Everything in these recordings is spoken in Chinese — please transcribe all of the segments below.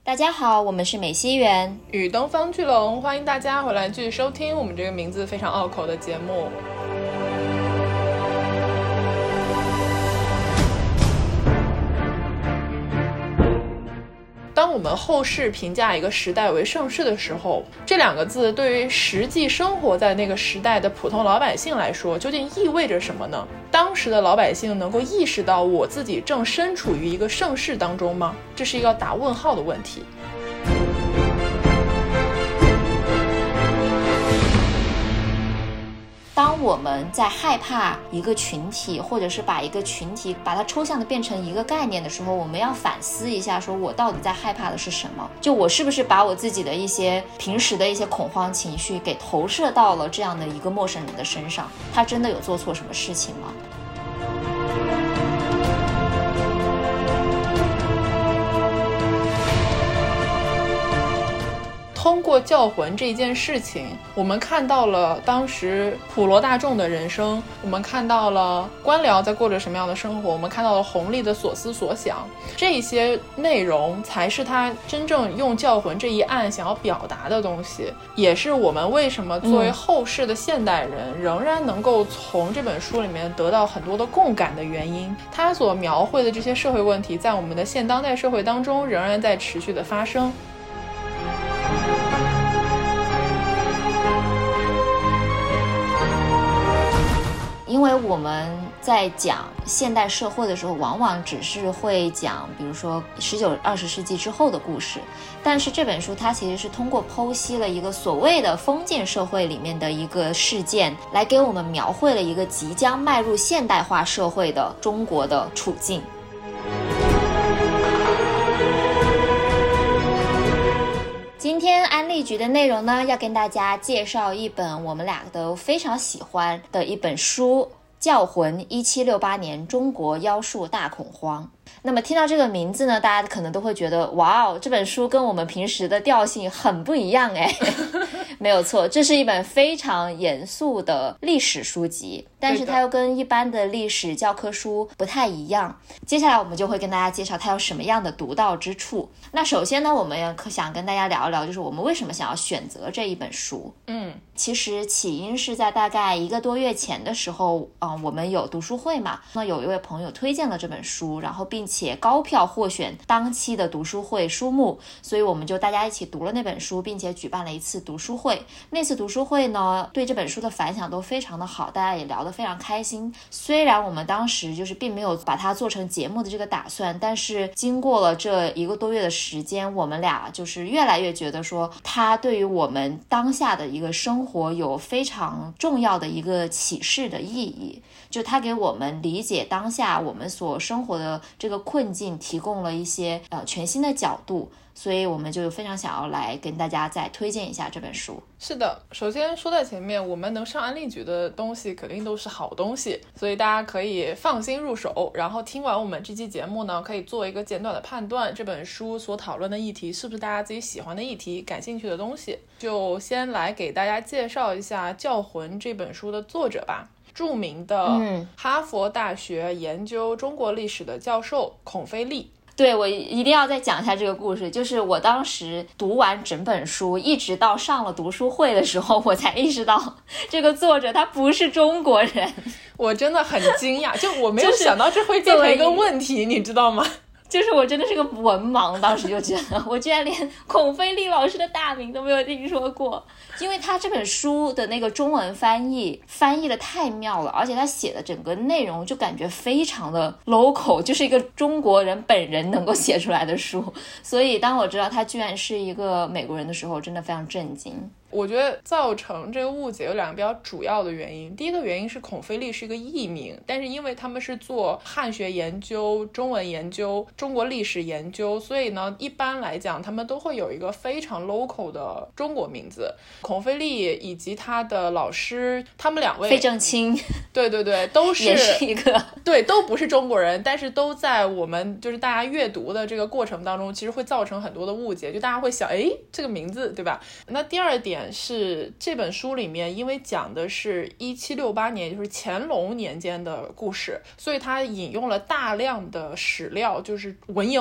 大家好，我们是美西园与东方巨龙，欢迎大家回来继续收听我们这个名字非常拗口的节目。当我们后世评价一个时代为盛世的时候，这两个字对于实际生活在那个时代的普通老百姓来说，究竟意味着什么呢？当时的老百姓能够意识到我自己正身处于一个盛世当中吗？这是一个打问号的问题。 当我们在害怕一个群体，或者是把一个群体把它抽象的变成一个概念的时候，我们要反思一下，说我到底在害怕的是什么？就我是不是把我自己的一些平时的一些恐慌情绪给投射到了这样的一个陌生人的身上？他真的有做错什么事情吗？ 通过教魂这件事情，我们看到了当时普罗大众的人生，我们看到了官僚在过着什么样的生活，我们看到了弘历的所思所想，这些内容才是他真正用教魂这一案想要表达的东西，也是我们为什么作为后世的现代人仍然能够从这本书里面得到很多的共感的原因。他所描绘的这些社会问题在我们的现当代社会当中仍然在持续的发生。 因为我们在讲现代社会的时候，往往只是会讲比如说19、20世纪之后的故事，但是这本书它其实是通过剖析了一个所谓的封建社会里面的一个事件，来给我们描绘了一个即将迈入现代化社会的中国的处境。今天安利局的内容呢，要跟大家介绍一本我们俩都非常喜欢的一本书，教魂1768年中国妖术大恐慌。那么听到这个名字呢，大家可能都会觉得哇哦，这本书跟我们平时的调性很不一样哎。没有错，这是一本非常严肃的历史书籍，但是它又跟一般的历史教科书不太一样。接下来我们就会跟大家介绍它有什么样的独到之处。那首先呢，我们也想跟大家聊一聊，就是我们为什么想要选择这一本书。其实起因是在大概1个多月前的时候，我们有读书会嘛，那有一位朋友推荐了这本书，然后并且高票获选当期的读书会书目，所以我们就大家一起读了那本书，并且举办了一次读书会。那次读书会呢，对这本书的反响都非常的好，大家也聊得非常开心。虽然我们当时就是并没有把它做成节目的这个打算，但是经过了这1个多月的时间，我们俩就是越来越觉得说它对于我们当下的一个生活有非常重要的一个启示的意义，就它给我们理解当下我们所生活的这个困境提供了一些全新的角度，所以我们就非常想要来跟大家再推荐一下这本书。 是的，首先说在前面，我们能上安利局的东西肯定都是好东西，所以大家可以放心入手，然后听完我们这期节目呢，可以做一个简短的判断，这本书所讨论的议题是不是大家自己喜欢的议题，感兴趣的东西。就先来给大家介绍一下《教魂》这本书的作者吧。著名的哈佛大学研究中国历史的教授孔飞利。 对，我一定要再讲一下这个故事，就是我当时读完整本书，一直到上了读书会的时候，我才意识到这个作者他不是中国人。 我真的很惊讶，就我没有想到这会变成一个问题，你知道吗？ 就是我真的是个文盲，当时就觉得我居然连孔飞利老师的大名都没有听说过，因为他这本书的那个中文翻译的太妙了，而且他写的整个内容就感觉非常的 local， 就是一个中国人本人能够写出来的书，所以当我知道他居然是一个美国人的时候，真的非常震惊。 我觉得造成这个误解有2个比较主要的原因。第一个原因是孔飞利是一个艺名，但是因为他们是做汉学研究、中文研究、中国历史研究，所以呢一般来讲他们都会有一个非常 local 的中国名字。孔飞利以及他的老师，他们2位费正清， 对对对，都是也是一个， 对，都不是中国人，但是都在我们就是大家阅读的这个过程当中，其实会造成很多的误解，就大家会想，诶，这个名字对吧？那第2点是这本书里面因为讲的是1768年，就是乾隆年间的故事，所以它引用了大量的史料，就是文言文。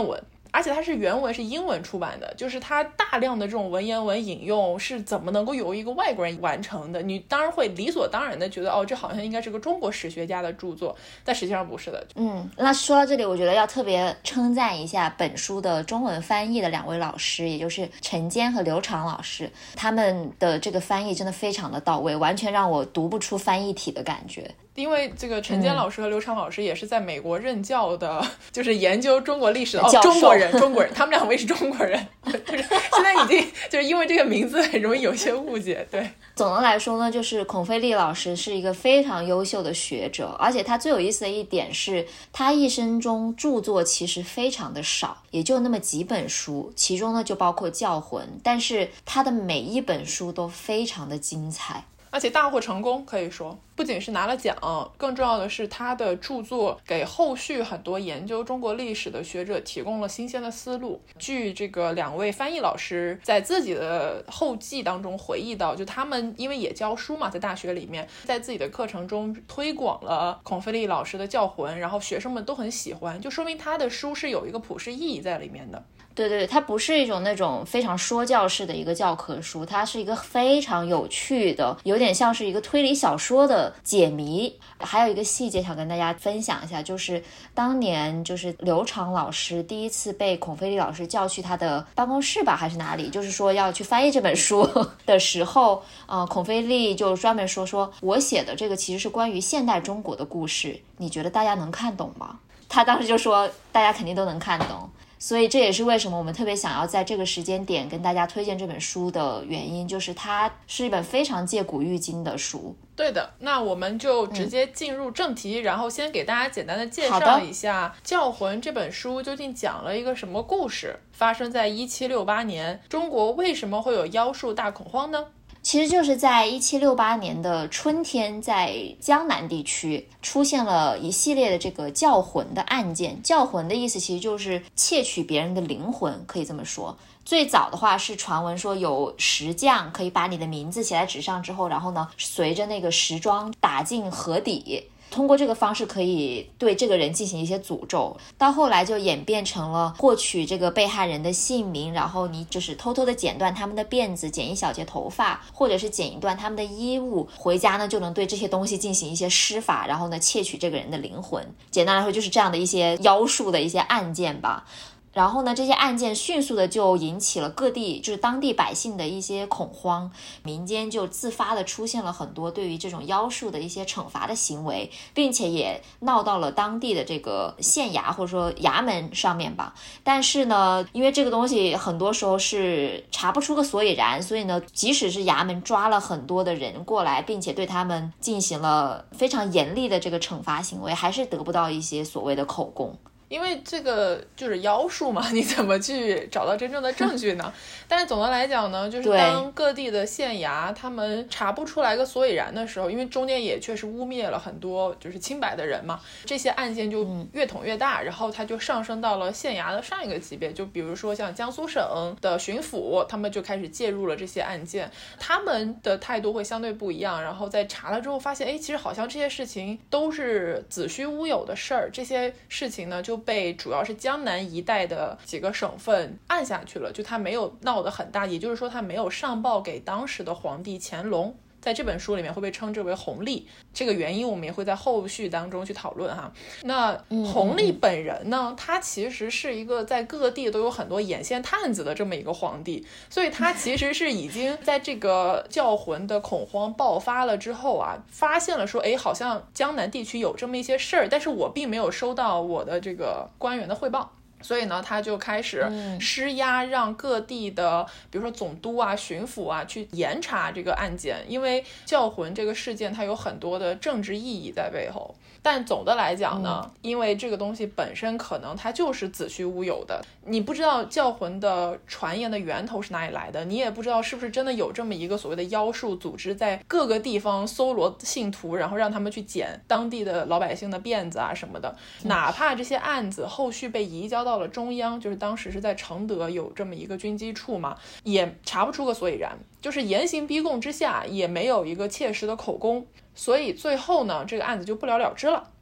而且它是原文是英文出版的，就是它大量的这种文言文引用是怎么能够由一个外国人完成的，你当然会理所当然的觉得这好像应该是个中国史学家的著作，但实际上不是的。 那说到这里，我觉得要特别称赞一下本书的中文翻译的2位老师，也就是陈坚和刘长老师，他们的这个翻译真的非常的到位，完全让我读不出翻译体的感觉。因为这个陈坚老师和刘长老师也是在美国任教的，就是研究中国历史的中国人，他们2位是中国人，就是现在已经就是因为这个名字很容易有些误解。对， 总的来说呢，就是孔飞利老师是一个非常优秀的学者，而且他最有意思的一点是，他一生中著作其实非常的少，也就那么几本书，其中呢就包括《教魂》，但是他的每一本书都非常的精彩， 而且大获成功，可以说不仅是拿了奖，更重要的是他的著作给后续很多研究中国历史的学者提供了新鲜的思路。据这个2位翻译老师在自己的后记当中回忆到，就他们因为也教书嘛，在大学里面在自己的课程中推广了孔飞利老师的教魂，然后学生们都很喜欢，就说明他的书是有一个普世意义在里面的。 对对，它不是一种那种非常说教式的一个教科书，它是一个非常有趣的，有点像是一个推理小说的解谜。还有一个细节想跟大家分享一下，就是当年就是刘长老师第一次被孔飞利老师叫去他的办公室吧，还是哪里，就是说要去翻译这本书的时候，孔飞利就专门说我写的这个其实是关于现代中国的故事，你觉得大家能看懂吗？他当时就说大家肯定都能看懂。所以这也是为什么我们特别想要在这个时间点跟大家推荐这本书的原因，就是它是一本非常借古喻今的书。 对的，那我们就直接进入正题，然后先给大家简单的介绍一下《教魂》这本书究竟讲了一个什么故事，发生在1768年，中国为什么会有妖术大恐慌呢？ 其实就是在1768年的春天，在江南地区出现了一系列的这个教魂的案件。教魂的意思其实就是窃取别人的灵魂，可以这么说。最早的话是传闻说有石匠可以把你的名字写在纸上之后，然后呢随着那个石桩打进河底，通过这个方式可以对这个人进行一些诅咒。到后来就演变成了获取这个被害人的姓名，然后你就是偷偷的剪断他们的辫子，剪一小截头发，或者是剪一段他们的衣物，回家呢就能对这些东西进行一些施法，然后呢窃取这个人的灵魂。简单来说就是这样的一些妖术的一些案件吧。然后呢，这些案件迅速的就引起了各地就是当地百姓的一些恐慌，民间就自发的出现了很多对于这种妖术的一些惩罚的行为，并且也闹到了当地的这个县衙或者说衙门上面吧。但是呢，因为这个东西很多时候是查不出个所以然，所以呢，即使是衙门抓了很多的人过来，并且对他们进行了非常严厉的这个惩罚行为，还是得不到一些所谓的口供。 因为这个就是妖术嘛，你怎么去找到真正的证据呢？但是总的来讲呢，就是当各地的县衙他们查不出来个所以然的时候，因为中间也确实污蔑了很多就是清白的人嘛，这些案件就越捅越大，然后它就上升到了县衙的上一个级别，就比如说像江苏省的巡抚，他们就开始介入了这些案件，他们的态度会相对不一样，然后在查了之后发现，其实好像这些事情都是子虚乌有的事儿，这些事情呢就被主要是江南一带的几个省份按下去了，就它没有闹得很大，也就是说它没有上报给当时的皇帝乾隆，在这本书里面会被称之为弘历，这个原因我们也会在后续当中去讨论哈。那弘历本人呢，他其实是一个在各地都有很多眼线探子的这么一个皇帝，所以他其实是已经在这个教魂的恐慌爆发了之后啊，发现了说好像江南地区有这么一些事儿，但是我并没有收到我的这个官员的汇报，所以呢他就开始施压，让各地的比如说总督啊巡抚啊去严查这个案件，因为教魂这个事件它有很多的政治意义在背后。但总的来讲呢，因为这个东西本身可能它就是子虚乌有的，你不知道教魂的传言的源头是哪里来的，你也不知道是不是真的有这么一个所谓的妖术组织在各个地方搜罗信徒，然后让他们去剪当地的老百姓的辫子啊什么的。哪怕这些案子后续被移交到了中央，就是当时是在承德有这么一个军机处嘛，也查不出个所以然，就是严刑逼供之下也没有一个切实的口供，所以最后呢这个案子就不了了之了。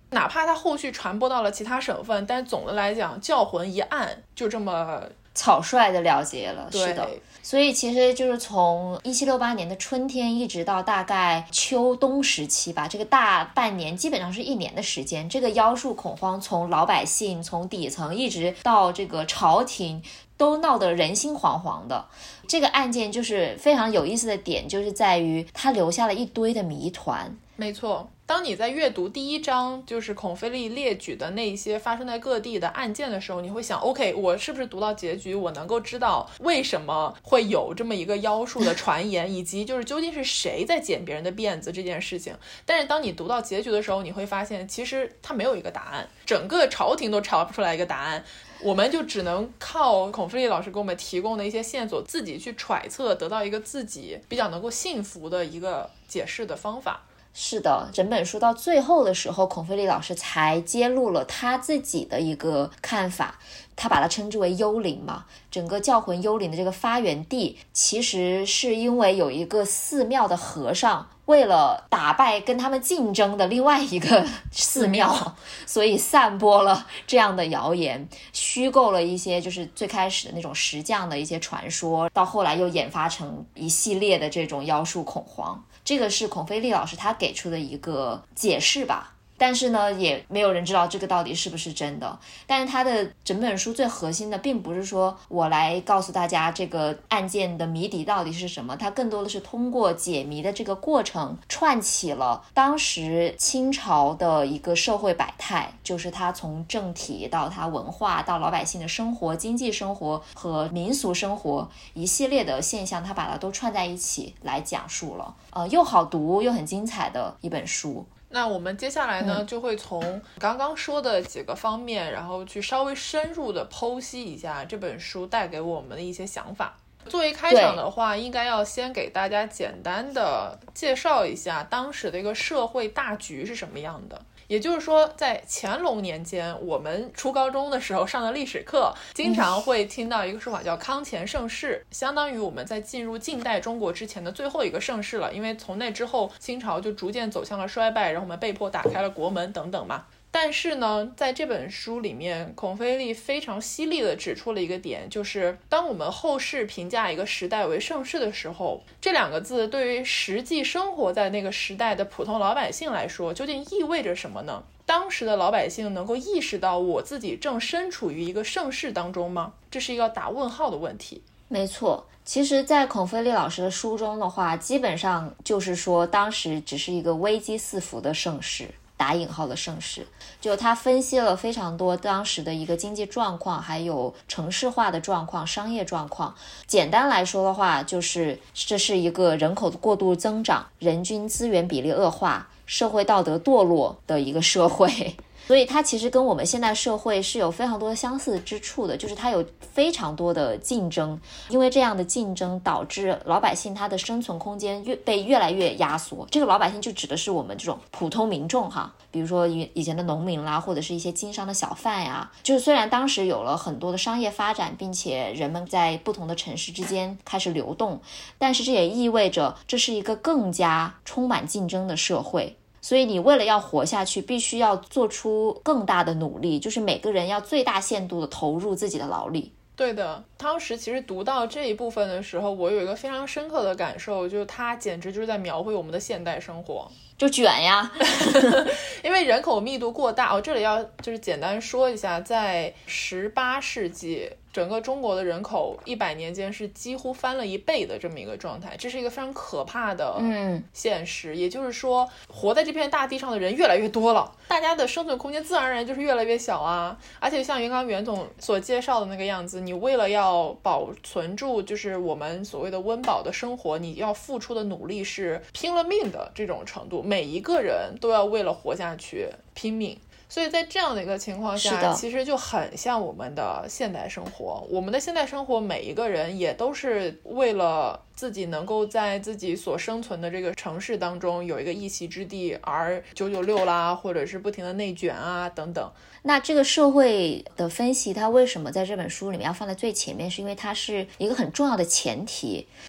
哪怕它后续传播到了其他省份，但总的来讲教魂一案就这么草率的了结了。 对， 是的，所以其实就是从1768年的春天一直到大概秋冬时期吧，这个大半年基本上是1年的时间，这个妖术恐慌从老百姓从底层一直到这个朝廷都闹得人心惶惶的。这个案件就是非常有意思的点，就是在于它留下了一堆的谜团。 没错，当你在阅读第1章就是孔飞力列举的那些发生在各地的案件的时候，你会想 OK 我是不是读到结局我能够知道为什么会有这么一个妖术的传言以及就是究竟是谁在剪别人的辫子这件事情。但是当你读到结局的时候，你会发现其实它没有一个答案，整个朝廷都查不出来一个答案，我们就只能靠孔飞力老师给我们提供的一些线索自己去揣测，得到一个自己比较能够信服的一个解释的方法。 是的，整本书到最后的时候，孔飞力老师才揭露了他自己的一个看法，他把它称之为幽灵嘛。整个教魂幽灵的这个发源地，其实是因为有一个寺庙的和尚为了打败跟他们竞争的另外一个寺庙，所以散播了这样的谣言，虚构了一些就是最开始的那种石匠的一些传说，到后来又演发成一系列的这种妖术恐慌。这个是孔飞力老师他给出的一个解释吧，但是呢也没有人知道这个到底是不是真的。但是他的整本书最核心的并不是说我来告诉大家这个案件的谜底到底是什么，它更多的是通过解谜的这个过程串起了当时清朝的一个社会百态，就是它从政体到它文化到老百姓的生活经济生活和民俗生活一系列的现象，它把它都串在一起来讲述了，又好读又很精彩的一本书。 那我们接下来呢，就会从刚刚说的几个方面，然后去稍微深入的剖析一下这本书带给我们的一些想法。作为开场的话，应该要先给大家简单的介绍一下当时的一个社会大局是什么样的。也就是说，在乾隆年间，我们初高中的时候上的历史课，经常会听到一个说法叫康乾盛世，相当于我们在进入近代中国之前的最后一个盛世了，因为从那之后清朝就逐渐走向了衰败，然后我们被迫打开了国门等等嘛。但是呢，在这本书里面，孔飞力非常犀利地指出了一个点，就是当我们后世评价一个时代为盛世的时候，这2个字对于实际生活在那个时代的普通老百姓来说，究竟意味着什么呢？当时的老百姓能够意识到我自己正身处于一个盛世当中吗？这是一个打问号的问题。 没错，其实在孔飞力老师的书中的话，基本上就是说当时只是一个危机四伏的盛世，打引号的盛世，就他分析了非常多当时的一个经济状况，还有城市化的状况、商业状况。简单来说的话，就是这是一个人口的过度增长、人均资源比例恶化、社会道德堕落的一个社会。所以它其实跟我们现代社会是有非常多的相似之处的，就是它有非常多的竞争，因为这样的竞争导致老百姓他的生存空间被越来越压缩。这个老百姓就指的是我们这种普通民众哈，比如说以前的农民啦，或者是一些经商的小贩呀。就是虽然当时有了很多的商业发展，并且人们在不同的城市之间开始流动，但是这也意味着这是一个更加充满竞争的社会。所以你为了要活下去，必须要做出更大的努力，就是每个人要最大限度的投入自己的劳力。 对的，当时其实读到这一部分的时候，我有一个非常深刻的感受，就是它简直就是在描绘我们的现代生活， 就卷呀因为人口密度过大。这里要就是简单说一下，在18世纪整个中国的人口100年间是几乎翻了1倍的这么一个状态，这是一个非常可怕的现实。也就是说，活在这片大地上的人越来越多了，大家的生存空间自然而然就是越来越小啊。而且像袁总所介绍的那个样子，你为了要保存住就是我们所谓的温饱的生活，你要付出的努力是拼了命的这种程度，每一个人都要为了活下去拼命。所以在这样的一个情况下，其实就很像我们的现代生活。我们的现代生活，每一个人也都是为了自己能够在自己所生存的这个城市当中有一个一席之地而996啦，或者是不停的内卷啊等等。 那这个社会的分析它为什么在这本书里面要放在最前面，是因为它是一个很重要的前提。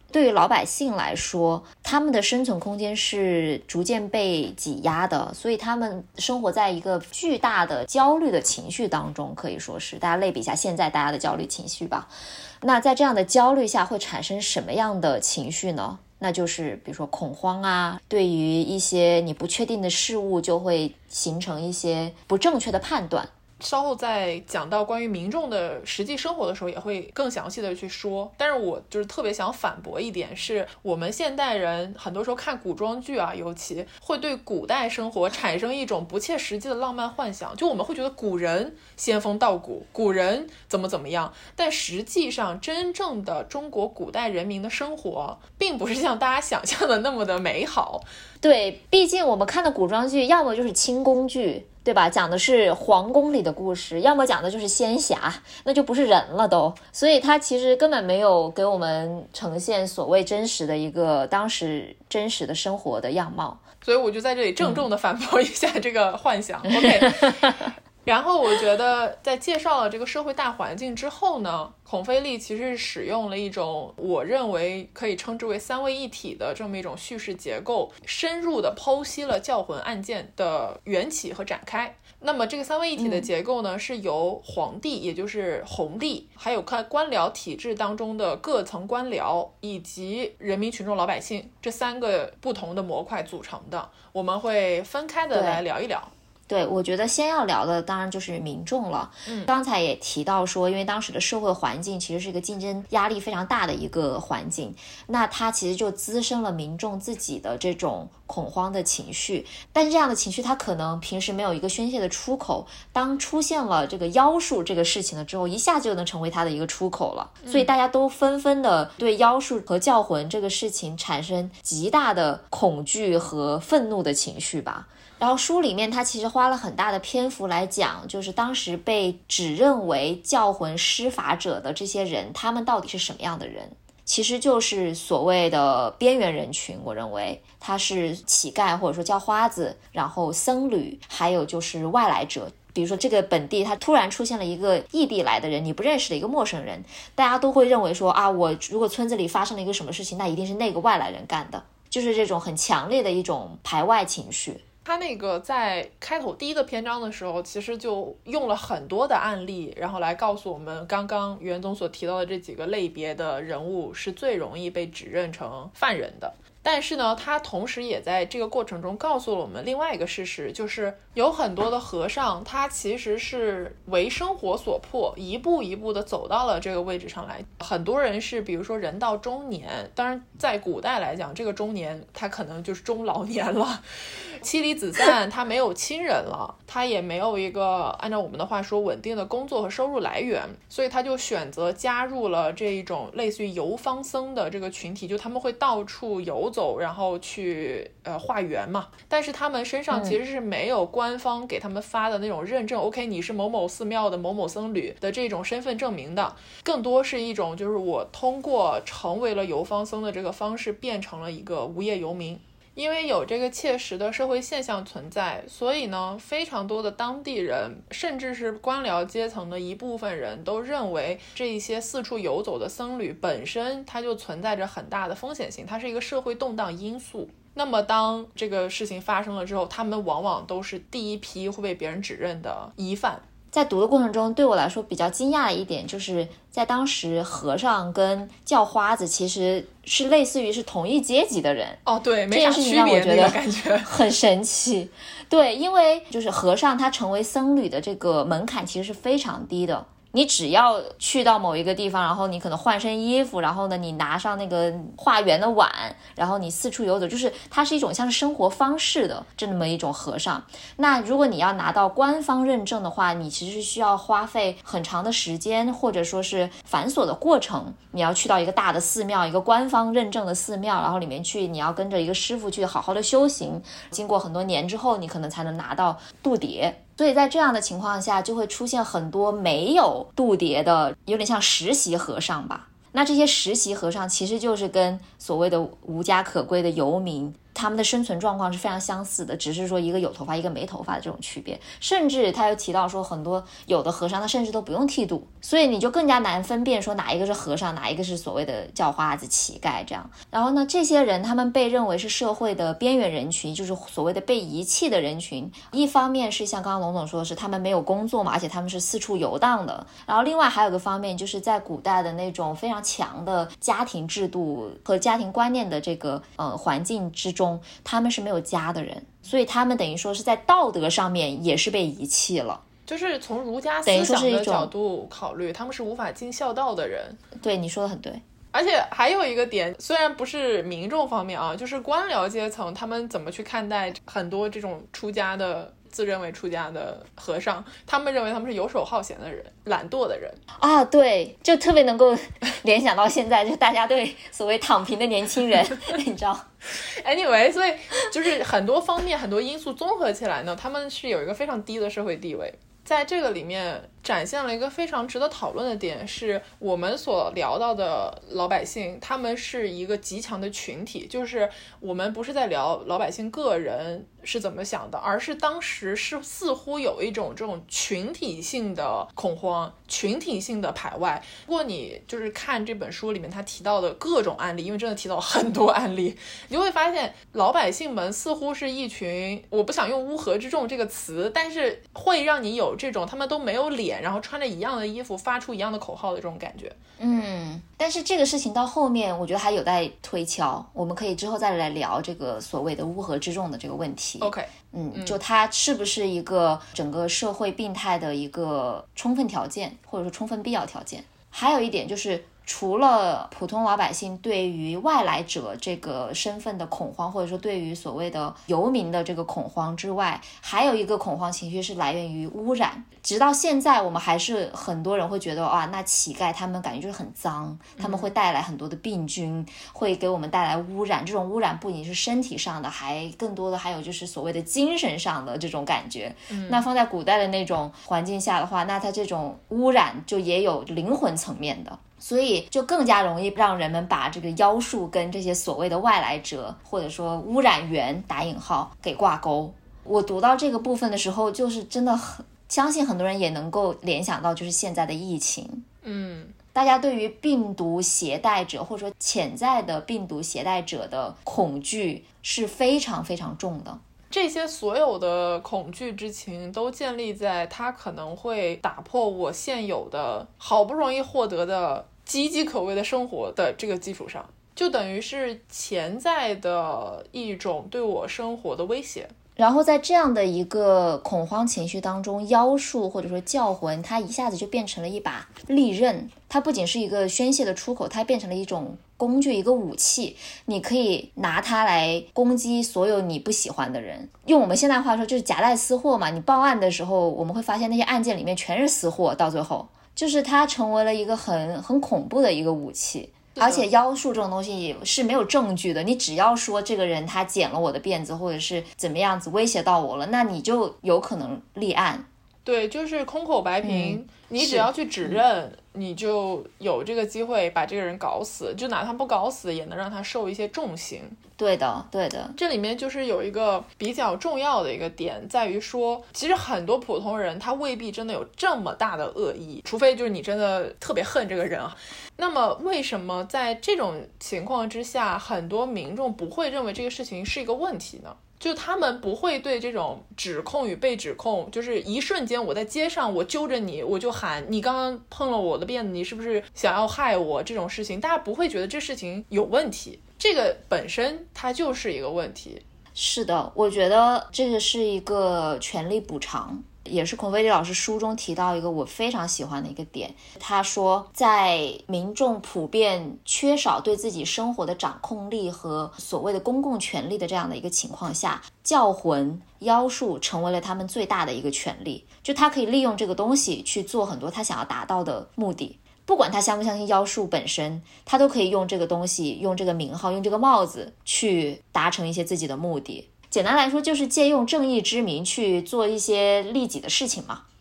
对于老百姓来说，他们的生存空间是逐渐被挤压的，所以他们生活在一个巨大的焦虑的情绪当中，可以说是大家类比一下现在大家的焦虑情绪吧。那在这样的焦虑下会产生什么样的情绪呢？那就是比如说恐慌啊，对于一些你不确定的事物就会形成一些不正确的判断。 稍后在讲到关于民众的实际生活的时候也会更详细的去说，但是我就是特别想反驳一点，是我们现代人很多时候看古装剧啊，尤其会对古代生活产生一种不切实际的浪漫幻想，就我们会觉得古人仙风道骨，古人怎么样，但实际上真正的中国古代人民的生活并不是像大家想象的那么的美好。 对，毕竟我们看的古装剧要么就是清宫剧，对吧？讲的是皇宫里的故事，要么讲的就是仙侠，那就不是人了都。所以它其实根本没有给我们呈现所谓真实的一个当时真实的生活的样貌。 所以我就在这里郑重的反驳一下这个幻想。OK。然后我觉得在介绍了这个社会大环境之后呢，孔飞力其实使用了一种我认为可以称之为三位一体的这么一种叙事结构，深入的剖析了教魂案件的缘起和展开。那么这个三位一体的结构呢，是由皇帝，也就是弘历，还有看官僚体制当中的各层官僚，以及人民群众老百姓这三个不同的模块组成的。我们会分开的来聊一聊。 对，我觉得先要聊的当然就是民众了。刚才也提到说，因为当时的社会环境其实是一个竞争压力非常大的一个环境，那它其实就滋生了民众自己的这种恐慌的情绪。但是这样的情绪它可能平时没有一个宣泄的出口，当出现了这个妖术这个事情了之后，一下就能成为它的一个出口了。所以大家都纷纷的对妖术和教魂这个事情产生极大的恐惧和愤怒的情绪吧。然后书里面他其实花了很大的篇幅来讲，就是当时被指认为教魂施法者的这些人，他们到底是什么样的人，其实就是所谓的边缘人群。我认为他是乞丐或者说叫花子，然后僧侣，还有就是外来者。比如说这个本地他突然出现了一个异地来的人，你不认识的一个陌生人，大家都会认为说啊，我如果村子里发生了一个什么事情，那一定是那个外来人干的，就是这种很强烈的一种排外情绪。 他那个在开头第一个篇章的时候，其实就用了很多的案例，然后来告诉我们刚刚袁总所提到的这几个类别的人物是最容易被指认成犯人的。但是呢，他同时也在这个过程中告诉了我们另外一个事实，就是有很多的和尚他其实是为生活所迫，一步一步的走到了这个位置上来。很多人是比如说人到中年，当然在古代来讲，这个中年他可能就是中老年了，妻离子散，他没有亲人了，他也没有一个按照我们的话说稳定的工作和收入来源，所以他就选择加入了这一种类似于游方僧的这个群体，就他们会到处游走，然后去化缘嘛，但是他们身上其实是没有官方给他们发的那种认证，OK 你是某某寺庙的某某僧侣的这种身份证明的，更多是一种就是我通过成为了游方僧的这个方式变成了一个无业游民。因为有这个切实的社会现象存在，所以呢，非常多的当地人，甚至是官僚阶层的一部分人都认为这一些四处游走的僧侣本身它就存在着很大的风险性，它是一个社会动荡因素。那么当这个事情发生了之后，他们往往都是第一批会被别人指认的疑犯。 在读的过程中，对我来说比较惊讶的一点，就是在当时和尚跟叫花子其实是类似于是同一阶级的人。 哦，对，没啥区别，那个感觉很神奇。对，因为就是和尚他成为僧侣的这个门槛其实是非常低的。你只要去到某一个地方，然后你可能换身衣服，然后呢你拿上那个化缘的碗，然后你四处游走，就是它是一种像是生活方式的这么一种和尚。那如果你要拿到官方认证的话，你其实是需要花费很长的时间，或者说是繁琐的过程。你要去到一个大的寺庙，一个官方认证的寺庙，然后里面去你要跟着一个师傅去好好的修行，经过很多年之后，你可能才能拿到度牒。所以在这样的情况下，就会出现很多没有度牒的，有点像实习和尚吧。那这些实习和尚其实就是跟所谓的无家可归的游民， 他们的生存状况是非常相似的，只是说一个有头发一个没头发的这种区别。甚至他又提到说很多有的和尚他甚至都不用剃度，所以你就更加难分辨说哪一个是和尚，哪一个是所谓的叫花子乞丐这样。然后呢，这些人他们被认为是社会的边缘人群，就是所谓的被遗弃的人群。一方面是像刚刚龙总说的是他们没有工作嘛，而且他们是四处游荡的。然后另外还有个方面就是在古代的那种非常强的家庭制度和家庭观念的这个环境之中，他们是没有家的人，所以他们等于说是在道德上面也是被遗弃了。 就是从儒家思想的角度考虑，他们是无法尽孝道的人。 对，你说的很对。 而且还有一个点，虽然不是民众方面啊，就是官僚阶层他们怎么去看待很多这种出家的自认为出家的和尚，他们认为他们是游手好闲的人，懒惰的人啊。对，就特别能够联想到现在就大家对所谓躺平的年轻人你知道 anyway， 所以就是很多方面很多因素综合起来呢，他们是有一个非常低的社会地位。在这个里面展现了一个非常值得讨论的点，是我们所聊到的老百姓，他们是一个极强的群体，就是我们不是在聊老百姓个人是怎么想的，而是当时是似乎有一种这种群体性的恐慌，群体性的排外。如果你就是看这本书里面他提到的各种案例，因为真的提到很多案例，你就会发现老百姓们似乎是一群，我不想用乌合之众这个词，但是会让你有这种他们都没有脸，然后穿着一样的衣服发出一样的口号的这种感觉。 但是这个事情到后面我觉得还有待推敲，我们可以之后再来聊这个所谓的乌合之众的这个问题。 OK， 就它是不是一个整个社会病态的一个充分条件，或者说充分必要条件。还有一点就是除了普通老百姓对于外来者这个身份的恐慌，或者说对于所谓的游民的这个恐慌之外，还有一个恐慌情绪是来源于污染。直到现在我们还是很多人会觉得那乞丐他们感觉就是很脏，他们会带来很多的病菌，会给我们带来污染。这种污染不仅是身体上的，还更多的还有就是所谓的精神上的这种感觉。那放在古代的那种环境下的话，那它这种污染就也有灵魂层面的，所以就更加容易让人们把这个妖术跟这些所谓的外来者或者说污染源打引号给挂钩。我读到这个部分的时候，就是真的很相信很多人也能够联想到就是现在的疫情。大家对于病毒携带者或者说潜在的病毒携带者的恐惧是非常非常重的。 这些所有的恐惧之情都建立在它可能会打破我现有的好不容易获得的岌岌可危的生活的这个基础上，就等于是潜在的一种对我生活的威胁。 然后在这样的一个恐慌情绪当中，妖术或者说教魂它一下子就变成了一把利刃，它不仅是一个宣泄的出口，它变成了一种工具，一个武器，你可以拿它来攻击所有你不喜欢的人。用我们现在话说就是夹带私货嘛，你报案的时候我们会发现那些案件里面全是私货，到最后就是它成为了一个很恐怖的一个武器。而且妖术这种东西是没有证据的，你只要说这个人他剪了我的辫子或者是怎么样子威胁到我了，那你就有可能立案。 对，就是空口白凭，你只要去指认，你就有这个机会把这个人搞死，就哪怕不搞死也能让他受一些重刑。 对的对的。 这里面就是有一个比较重要的一个点，在于说其实很多普通人他未必真的有这么大的恶意，除非就是你真的特别恨这个人啊。那么为什么在这种情况之下很多民众不会认为这个事情是一个问题呢？就他们不会对这种指控与被指控，就是一瞬间我在街上我揪着你我就喊你刚刚碰了我的辫子，你是不是想要害我，这种事情大家不会觉得这事情有问题，这个本身它就是一个问题。 是的，我觉得这个是一个权力补偿，也是孔飞利老师书中提到一个我非常喜欢的一个点。他说在民众普遍缺少对自己生活的掌控力和所谓的公共权力的这样的一个情况下，教魂妖术成为了他们最大的一个权利，就他可以利用这个东西去做很多他想要达到的目的，不管他相不相信妖术本身，他都可以用这个东西，用这个名号，用这个帽子去达成一些自己的目的。简单来说就是借用正义之名去做一些利己的事情嘛。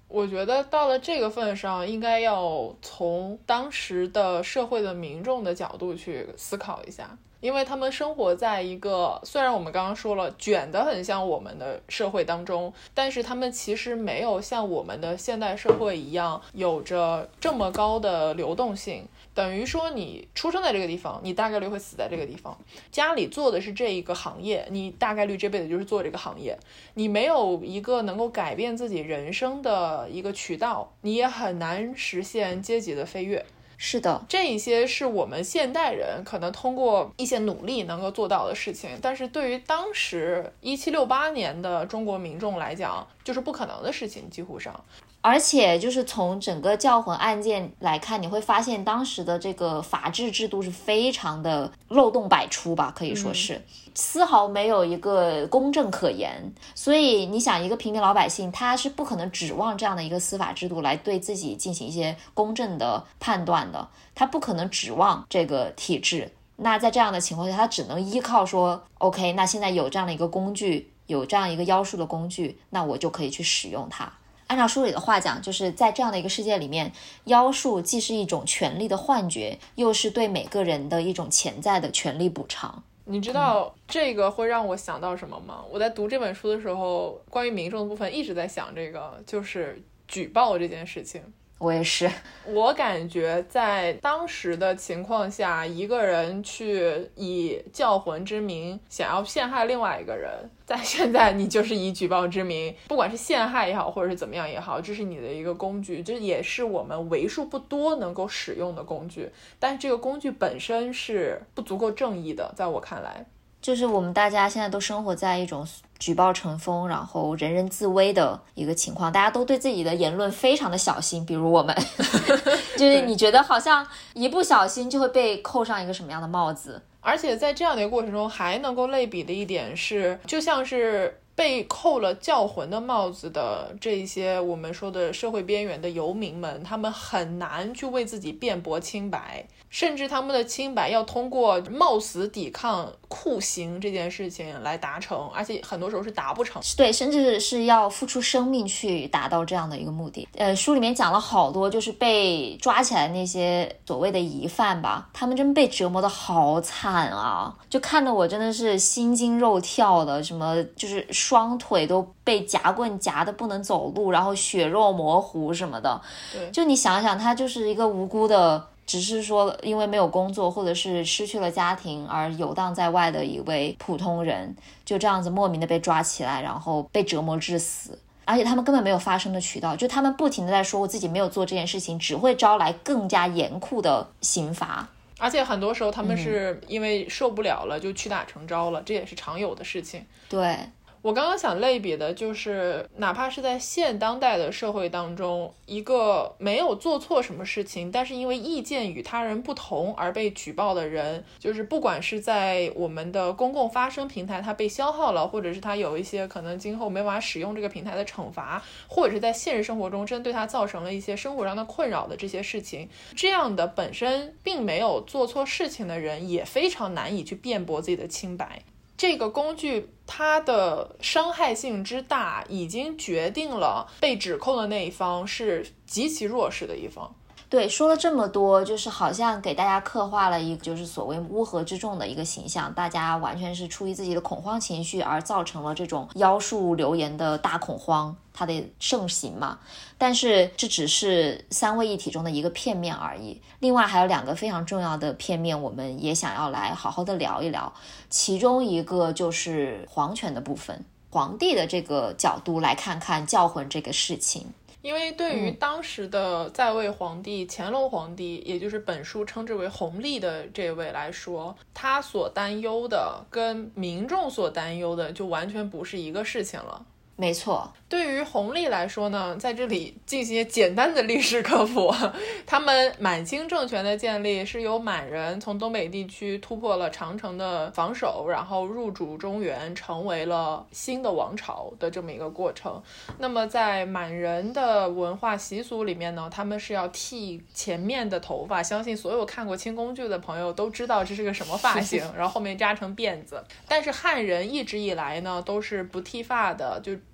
我觉得到了这个份上，应该要从当时的社会的民众的角度去思考一下，因为他们生活在一个虽然我们刚刚说了卷得很像我们的社会当中，但是他们其实没有像我们的现代社会一样有着这么高的流动性。等于说你出生在这个地方，你大概率会死在这个地方，家里做的是这一个行业，你大概率这辈子就是做这个行业，你没有一个能够改变自己人生的一个渠道，你也很难实现阶级的飞跃。 是的， 这一些是我们现代人可能通过一些努力能够做到的事情，但是对于当时1768年的中国民众来讲，就是不可能的事情，几乎上。 而且就是从整个教魂案件来看，你会发现当时的这个法治制度是非常的漏洞百出吧，可以说是丝毫没有一个公正可言。所以你想，一个平民老百姓他是不可能指望这样的一个司法制度来对自己进行一些公正的判断的，他不可能指望这个体制。那在这样的情况下，他只能依靠说 OK， 那现在有这样的一个工具，有这样一个妖术的工具，那我就可以去使用它。按照书里的话讲，就是在这样的一个世界里面，妖术既是一种权力的幻觉，又是对每个人的一种潜在的权力补偿。 你知道这个会让我想到什么吗？我在读这本书的时候，关于民众的部分一直在想这个，就是举报这件事情。 我也是， 我感觉在当时的情况下，一个人去以教魂之名想要陷害另外一个人，在现在你就是以举报之名，不管是陷害也好，或者是怎么样也好，这是你的一个工具，这也是我们为数不多能够使用的工具，但是这个工具本身是不足够正义的，在我看来。 就是我们大家现在都生活在一种举报成风，然后人人自危的一个情况，大家都对自己的言论非常的小心，比如我们就是你觉得好像一不小心就会被扣上一个什么样的帽子。 而且在这样的一个过程中，还能够类比的一点是，就像是被扣了教魂的帽子的这一些我们说的社会边缘的游民们，他们很难去为自己辩驳清白，甚至他们的清白要通过冒死抵抗酷刑这件事情来达成，而且很多时候是达不成。 对，甚至是要付出生命去达到这样的一个目的。书里面讲了好多就是被抓起来的那些所谓的疑犯吧，他们真被折磨的好惨啊，就看得我真的是心惊肉跳的，什么就是双腿都被夹棍夹的不能走路，然后血肉模糊什么的。 对， 就你想想，他就是一个无辜的，只是说因为没有工作或者是失去了家庭而游荡在外的一位普通人，就这样子莫名的被抓起来，然后被折磨致死。而且他们根本没有发声的渠道，就他们不停的在说我自己没有做这件事情，只会招来更加严酷的刑罚。 而且很多时候他们是因为受不了了就屈打成招了，这也是常有的事情。 对， 我刚刚想类比的就是，哪怕是在现当代的社会当中，一个没有做错什么事情，但是因为意见与他人不同而被举报的人，就是不管是在我们的公共发声平台他被消耗了，或者是他有一些可能今后没法使用这个平台的惩罚，或者是在现实生活中真对他造成了一些生活上的困扰的这些事情，这样的本身并没有做错事情的人也非常难以去辩驳自己的清白。这个工具它的伤害性之大，已经决定了被指控的那一方是极其弱势的一方。 对，说了这么多，就是好像给大家刻画了一个就是所谓乌合之众的一个形象，大家完全是出于自己的恐慌情绪而造成了这种妖术流言的大恐慌，它的盛行嘛。但是这只是三位一体中的一个片面而已，另外还有两个非常重要的片面，我们也想要来好好的聊一聊。其中一个就是皇权的部分，皇帝的这个角度来看看教魂这个事情。 因为对于当时的在位皇帝乾隆皇帝，也就是本书称之为弘历的这位来说，他所担忧的跟民众所担忧的就完全不是一个事情了。 没错， 对于弘历来说呢，在这里进行简单的历史科普，他们满清政权的建立是由满人从东北地区突破了长城的防守，然后入主中原，成为了新的王朝的这么一个过程。那么在满人的文化习俗里面呢，他们是要剃前面的头发，相信所有看过清宫剧的朋友都知道这是个什么发型，然后后面扎成辫子。但是汉人一直以来呢都是不剃发的，就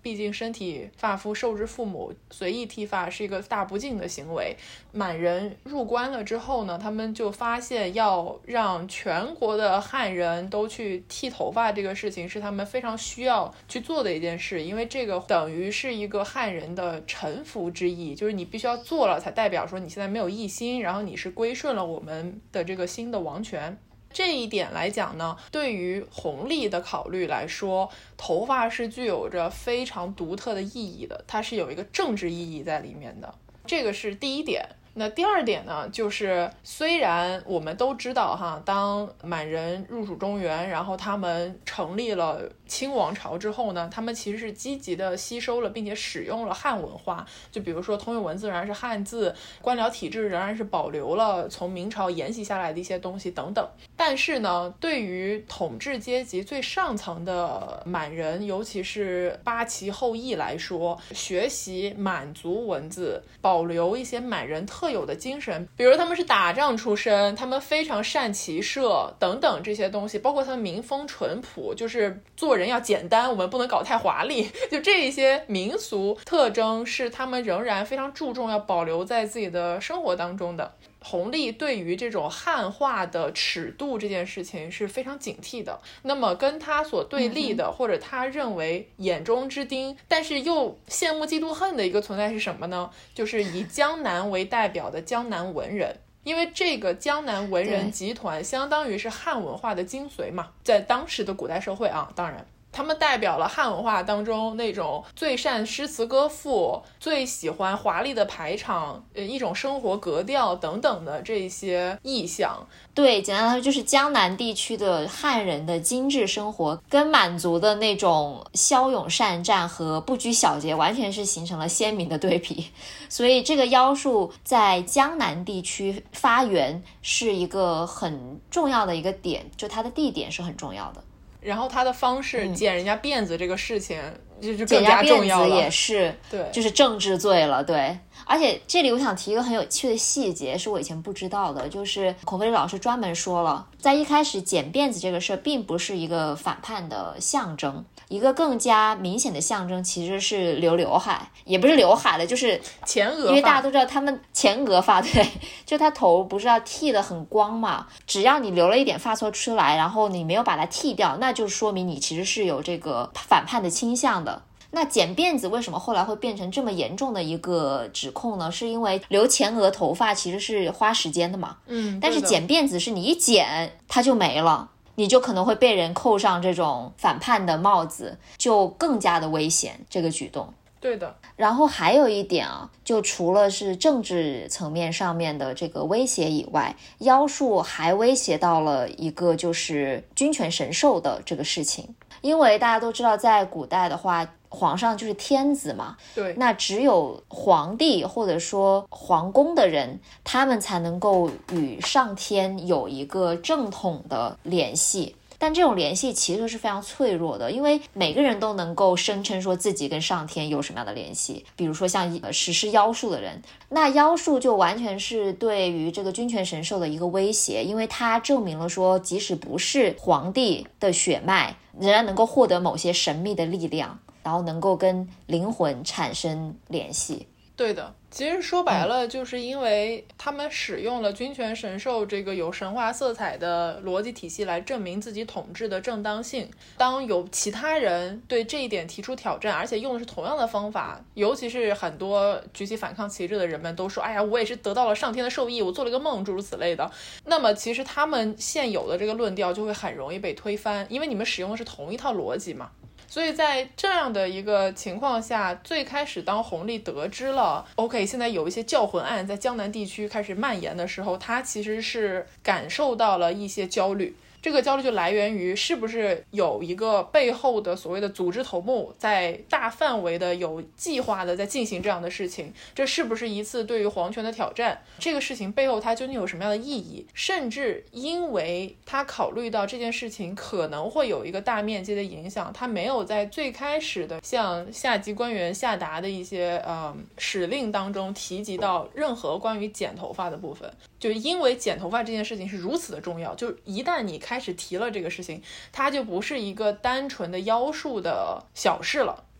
毕竟身体发肤受之父母，随意剃发是一个大不敬的行为。满人入关了之后呢，他们就发现要让全国的汉人都去剃头发这个事情是他们非常需要去做的一件事，因为这个等于是一个汉人的臣服之意，就是你必须要做了才代表说你现在没有异心，然后你是归顺了我们的这个新的王权。这一点来讲呢，对于弘历的考虑来说，头发是具有着非常独特的意义的，它是有一个政治意义在里面的，这个是第一点。那第二点呢，就是虽然我们都知道哈，当满人入主中原，然后他们成立了清王朝之后呢，他们其实是积极的吸收了并且使用了汉文化，就比如说通用文字仍然是汉字，官僚体制仍然是保留了从明朝沿袭下来的一些东西等等。但是呢，对于统治阶级最上层的满人，尤其是八旗后裔来说，学习满族文字，保留一些满人特有的精神，比如他们是打仗出身，他们非常善骑射等等这些东西，包括他们民风淳朴，就是做人要简单，我们不能搞太华丽，就这一些民俗特征是他们仍然非常注重要保留在自己的生活当中的。弘历对于这种汉化的尺度这件事情是非常警惕的，那么跟他所对立的，或者他认为眼中之钉，但是又羡慕嫉妒恨的一个存在是什么呢？就是以江南为代表的江南文人。因为这个江南文人集团相当于是汉文化的精髓嘛，在当时的古代社会啊，当然他们代表了汉文化当中那种最善诗词歌赋，最喜欢华丽的排场，一种生活格调等等的这些意象。 对，简单来说就是江南地区的汉人的精致生活跟满族的那种骁勇善战和不拘小节完全是形成了鲜明的对比。所以这个妖术在江南地区发源是一个很重要的一个点，就它的地点是很重要的。 然后他的方式剪人家辫子这个事情就是更加重要了， 剪人家辫子也是， 对， 就是政治罪了，对。而且这里我想提一个很有趣的细节，是我以前不知道的，就是孔飞利老师专门说了，在一开始剪辫子这个事儿并不是一个反叛的象征，一个更加明显的象征其实是留刘海，也不是刘海了，就是前额发， 因为大家都知道他们前额发，对，就他头不是要剃得很光嘛，只要你留了一点发撮出来，然后你没有把它剃掉，那就说明你其实是有这个反叛的倾向的。那剪辫子为什么后来会变成这么严重的一个指控呢？是因为留前额头发其实是花时间的嘛，但是剪辫子是你一剪它就没了，你就可能会被人扣上这种反叛的帽子，就更加的危险这个举动。 对的。 然后还有一点啊，就除了是政治层面上面的这个威胁以外，妖术还威胁到了一个就是君权神授的这个事情。因为大家都知道在古代的话，皇上就是天子嘛， 对， 那只有皇帝或者说皇宫的人，他们才能够与上天有一个正统的联系。但这种联系其实是非常脆弱的，因为每个人都能够声称说自己跟上天有什么样的联系，比如说像实施妖术的人，那妖术就完全是对于这个君权神授的一个威胁，因为它证明了说即使不是皇帝的血脉，仍然能够获得某些神秘的力量，然后能够跟灵魂产生联系。 对的，其实说白了就是因为他们使用了君权神授这个有神话色彩的逻辑体系来证明自己统治的正当性。当有其他人对这一点提出挑战，而且用的是同样的方法，尤其是很多举起反抗旗帜的人们都说，哎呀，我也是得到了上天的授意，我做了个梦，诸如此类的。那么其实他们现有的这个论调就会很容易被推翻，因为你们使用的是同一套逻辑嘛。所以在这样的一个情况下，最开始当弘历得知了 OK 现在有一些教魂案在江南地区开始蔓延的时候，他其实是感受到了一些焦虑。这个焦虑就来源于是不是有一个背后的所谓的组织头目在大范围的有计划的在进行这样的事情，这是不是一次对于皇权的挑战，这个事情背后它究竟有什么样的意义，甚至因为他考虑到这件事情可能会有一个大面积的影响，他没有在最开始的向下级官员下达的一些使令当中提及到任何关于剪头发的部分。就因为剪头发这件事情是如此的重要，就一旦你开始提了这个事情，它就不是一个单纯的妖术的小事了，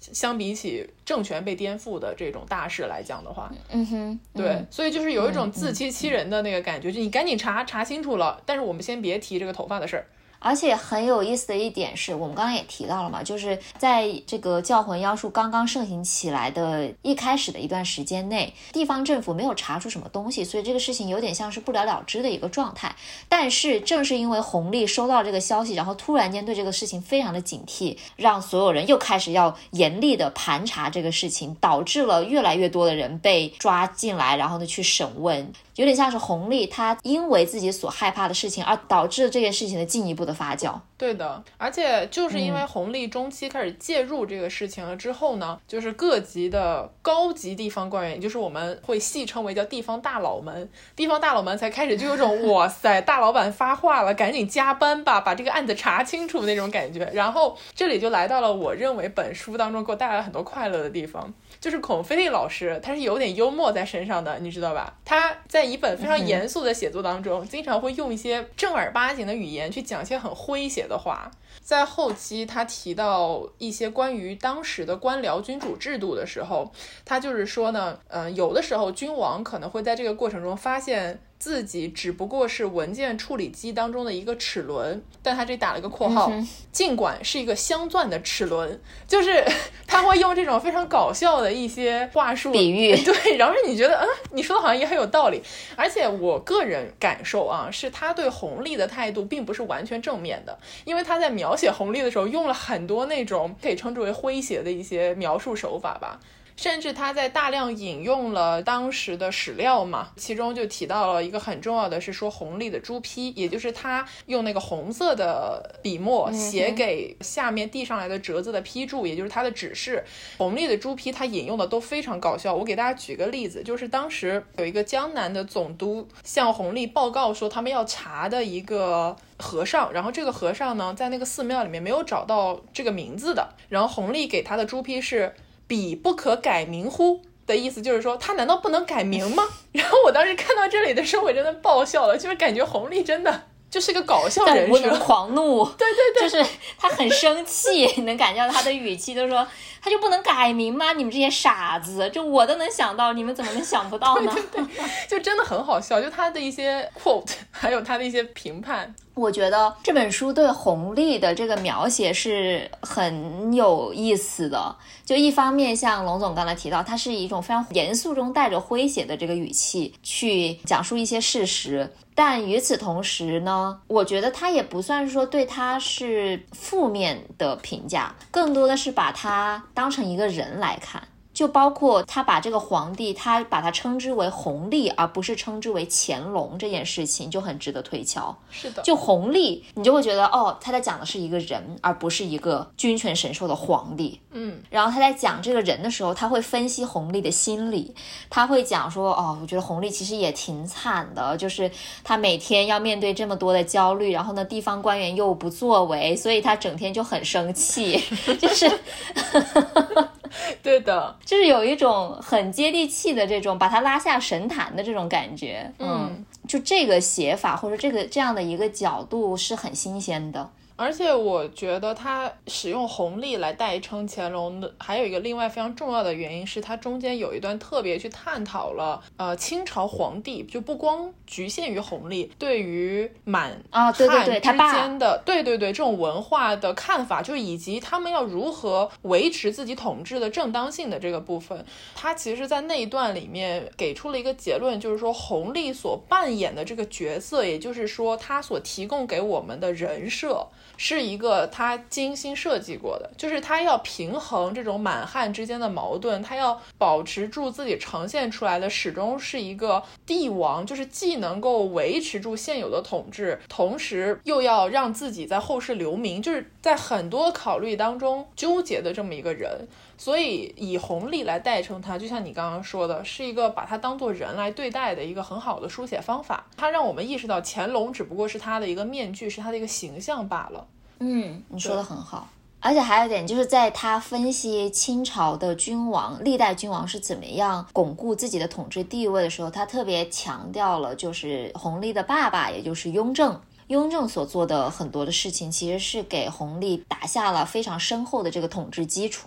相比起政权被颠覆的这种大事来讲的话， 对， 所以就是有一种自欺欺人的那个感觉，就你赶紧查清楚了，但是我们先别提这个头发的事儿。 而且很有意思的一点是，我们刚刚也提到了嘛，就是在这个教魂妖术刚刚盛行起来的一开始的一段时间内，地方政府没有查出什么东西，所以这个事情有点像是不了了之的一个状态。但是正是因为弘历收到这个消息，然后突然间对这个事情非常的警惕，让所有人又开始要严厉的盘查这个事情，导致了越来越多的人被抓进来，然后呢去审问。有点像是弘历他因为自己所害怕的事情而导致这件事情的进一步的发酵。 对的，而且就是因为弘历中期开始介入这个事情了之后呢，就是各级的高级地方官员，也就是我们会戏称为叫地方大佬们才开始就有种哇塞大老板发话了，赶紧加班吧，把这个案子查清楚那种感觉。然后这里就来到了我认为本书当中给我带来很多快乐的地方，就是孔飞利老师他是有点幽默在身上的，你知道吧？他在一本非常严肃的写作当中，经常会用一些正儿八经的语言去讲一些很诙谐的话。在后期他提到一些关于当时的官僚君主制度的时候，他就是说呢，有的时候君王可能会在这个过程中发现自己只不过是文件处理机当中的一个齿轮，但他这打了个括号，尽管是一个镶钻的齿轮，就是他会用这种非常搞笑的一些话术比喻， 对，然后你觉得你说的好像也很有道理。而且我个人感受啊，是他对弘历的态度并不是完全正面的，因为他在描写弘历的时候用了很多那种可以称之为诙谐的一些描述手法吧。甚至他在大量引用了当时的史料嘛，其中就提到了一个很重要的是说弘历的朱批，也就是他用那个红色的笔墨写给下面递上来的折子的批注，也就是他的指示。弘历的朱批他引用的都非常搞笑，我给大家举个例子，就是当时有一个江南的总督向弘历报告说他们要查的一个和尚，然后这个和尚呢在那个寺庙里面没有找到这个名字的，然后弘历给他的朱批是彼不可改名乎的意思，就是说他难道不能改名吗？然后我当时看到这里的时候我真的爆笑了，就是感觉弘历真的就是个搞笑人设，但不能狂怒， 对对对， 就是他很生气，你能感觉到他的语气，就是说他就不能改名吗？你们这些傻子，就我都能想到，你们怎么能想不到呢？ 对对对，就真的很好笑，就他的一些 quote 还有他的一些评判。 我觉得这本书对弘历的这个描写是很有意思的，就一方面像龙总刚才提到，它是以一种非常严肃中带着诙谐的这个语气去讲述一些事实，但与此同时呢，我觉得他也不算是说对他是负面的评价，更多的是把他当成一个人来看。就包括他把这个皇帝，他把他称之为弘历，而不是称之为乾隆，这件事情就很值得推敲。 是的， 就弘历，你就会觉得哦，他在讲的是一个人，而不是一个君权神授的皇帝。然后他在讲这个人的时候，他会分析弘历的心理，他会讲说，哦，我觉得弘历其实也挺惨的，就是他每天要面对这么多的焦虑，然后呢，地方官员又不作为，所以他整天就很生气，就是对的， 就是有一种很接地气的这种把他拉下神坛的这种感觉。就这个写法或者这样的一个角度是很新鲜的。 而且我觉得他使用弘历来代称乾隆的还有一个另外非常重要的原因是，他中间有一段特别去探讨了清朝皇帝就不光局限于弘历对于满汉之间的对这种文化的看法，就以及他们要如何维持自己统治的正当性的这个部分。他其实在那一段里面给出了一个结论，就是说弘历所扮演的这个角色，也就是说他所提供给我们的人设是一个他精心设计过的，就是他要平衡这种满汉之间的矛盾，他要保持住自己呈现出来的始终是一个帝王，就是既能够维持住现有的统治，同时又要让自己在后世留名，就是在很多考虑当中纠结的这么一个人。所以以弘历来代称他，就像你刚刚说的，是一个把他当作人来对待的一个很好的书写方法。他让我们意识到乾隆只不过是他的一个面具，是他的一个形象罢了。 你说的很好。而且还有一点，就是在他分析清朝的君王历代君王是怎么样巩固自己的统治地位的时候，他特别强调了就是弘历的爸爸，也就是雍正所做的很多的事情，其实是给弘历打下了非常深厚的这个统治基础的。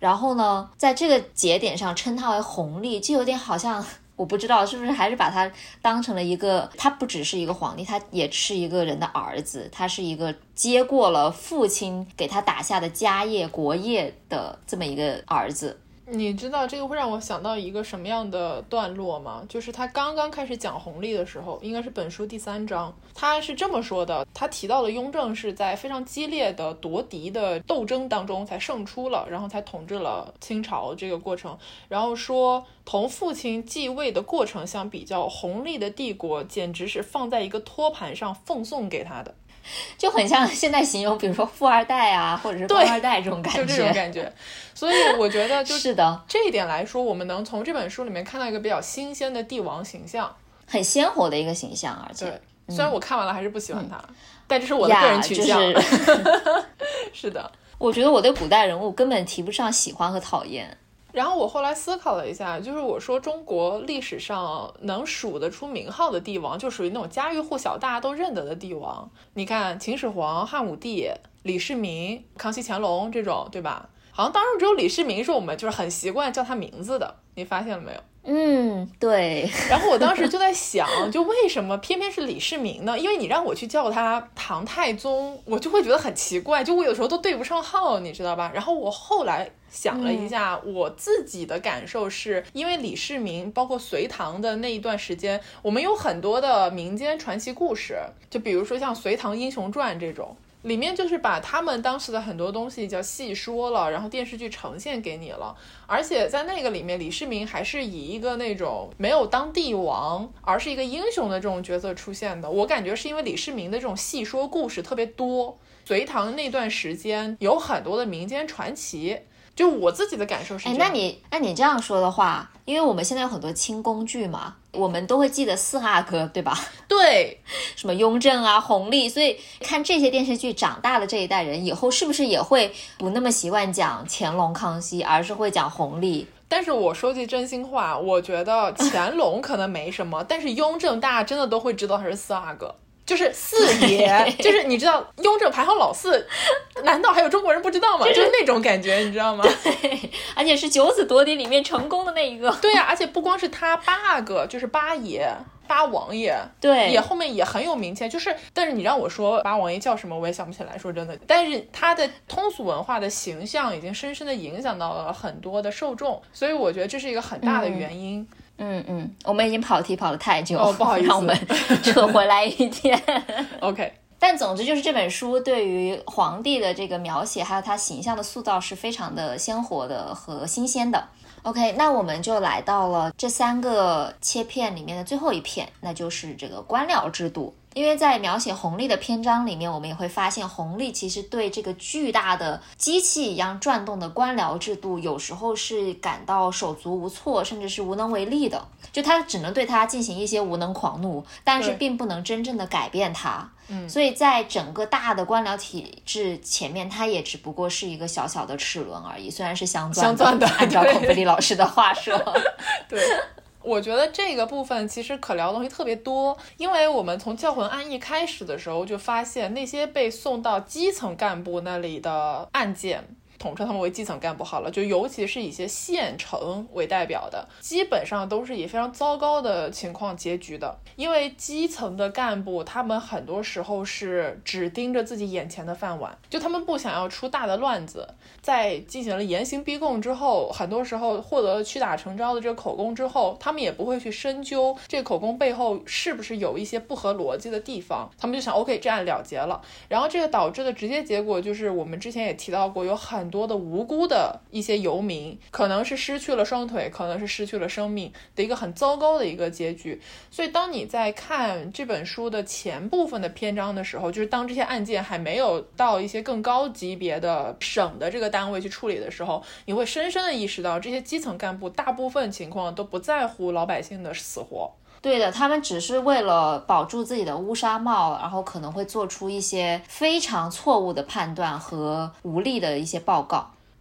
然后呢，在这个节点上称他为弘历，就有点好像我不知道是不是还是把他当成了一个，他不只是一个皇帝，他也是一个人的儿子，他是一个接过了父亲给他打下的家业国业的这么一个儿子。 你知道这个会让我想到一个什么样的段落吗？就是他刚刚开始讲弘历的时候，应该是本书第3章，他是这么说的，他提到了雍正是在非常激烈的夺嫡的斗争当中才胜出了，然后才统治了清朝这个过程，然后说同父亲继位的过程相比较，弘历的帝国简直是放在一个托盘上奉送给他的， 就很像现在形容比如说富二代啊或者是官二代这种感觉， 就这种感觉。所以我觉得是的， 这一点来说，我们能从这本书里面看到一个比较新鲜的帝王形象， 很鲜活的一个形象。而且对，虽然我看完了还是不喜欢他，但这是我的个人取向。是的， 我觉得我对古代人物根本提不上喜欢和讨厌。 然后我后来思考了一下，就是我说中国历史上能数得出名号的帝王，就属于那种家喻户晓大家都认得的帝王。你看秦始皇、汉武帝、李世民、康熙、乾隆这种，对吧？好像当时只有李世民是我们就是很习惯叫他名字的，你发现了没有？ 对。 然后我当时就在想，就为什么偏偏是李世民呢？因为你让我去叫他唐太宗，我就会觉得很奇怪，就我有时候都对不上号，你知道吧？然后我后来想了一下，我自己的感受是，因为李世民包括隋唐的那一段时间，我们有很多的民间传奇故事，就比如说像《隋唐英雄传》这种。里面就是把他们当时的很多东西叫细说了，然后电视剧呈现给你了。而且在那个里面，李世民还是以一个那种没有当帝王，而是一个英雄的这种角色出现的。我感觉是因为李世民的这种细说故事特别多，隋唐那段时间有很多的民间传奇。就我自己的感受是这样。 那你这样说的话，因为我们现在有很多清宫剧嘛，我们都会记得四阿哥，对吧？ 对， 什么雍正啊、弘历，所以看这些电视剧长大的这一代人，以后是不是也会不那么习惯讲乾隆、康熙，而是会讲弘历？ 但是我说句真心话，我觉得乾隆可能没什么，但是雍正大家真的都会知道他是四阿哥。就是四爷，就是你知道雍正排行老4，难道还有中国人不知道吗？就是那种感觉，你知道吗？ 对，而且是九子夺嫡里面成功的那一个。 对呀，而且不光是他8阿哥，就是8爷、8王爷， 对， 也后面也很有名气。就是，但是你让我说8王爷叫什么，我也想不起来，说真的。但是他的通俗文化的形象已经深深的影响到了很多的受众，所以我觉得这是一个很大的原因。 我们已经跑题跑得太久， 不好意思， 让我们扯回来一点。 OK， 但总之就是这本书对于皇帝的这个描写，还有他形象的塑造是非常的鲜活的和新鲜的。OK， 那我们就来到了这3个切片里面的最后一片，那就是这个官僚制度。因为在描写弘历的篇章里面，我们也会发现弘历其实对这个巨大的机器一样转动的官僚制度，有时候是感到手足无措，甚至是无能为力的。就他只能对他进行一些无能狂怒，但是并不能真正的改变他。所以在整个大的官僚体制前面，它也只不过是一个小小的齿轮而已，虽然是镶钻的，按照孔飞利老师的话说。 对。我觉得这个部分其实可聊的东西特别多，因为我们从教魂案一开始的时候就发现，那些被送到基层干部那里的案件，统称他们为基层干部好了，就尤其是一些县城为代表的，基本上都是以非常糟糕的情况结局的。因为基层的干部他们很多时候是只盯着自己眼前的饭碗，就他们不想要出大的乱子，在进行了严刑逼供之后，很多时候获得了屈打成招的这个口供之后，他们也不会去深究这个口供背后是不是有一些不合逻辑的地方，他们就想 OK 这案了结了。然后这个导致的直接结果就是我们之前也提到过，有很多的无辜的一些游民可能是失去了双腿，可能是失去了生命的一个很糟糕的一个结局。所以当你在看这本书的前部分的篇章的时候，就是当这些案件还没有到一些更高级别的省的这个单位去处理的时候，你会深深的意识到这些基层干部大部分情况都不在乎老百姓的死活。 对的，他们只是为了保住自己的乌纱帽，然后可能会做出一些非常错误的判断和无力的一些报告。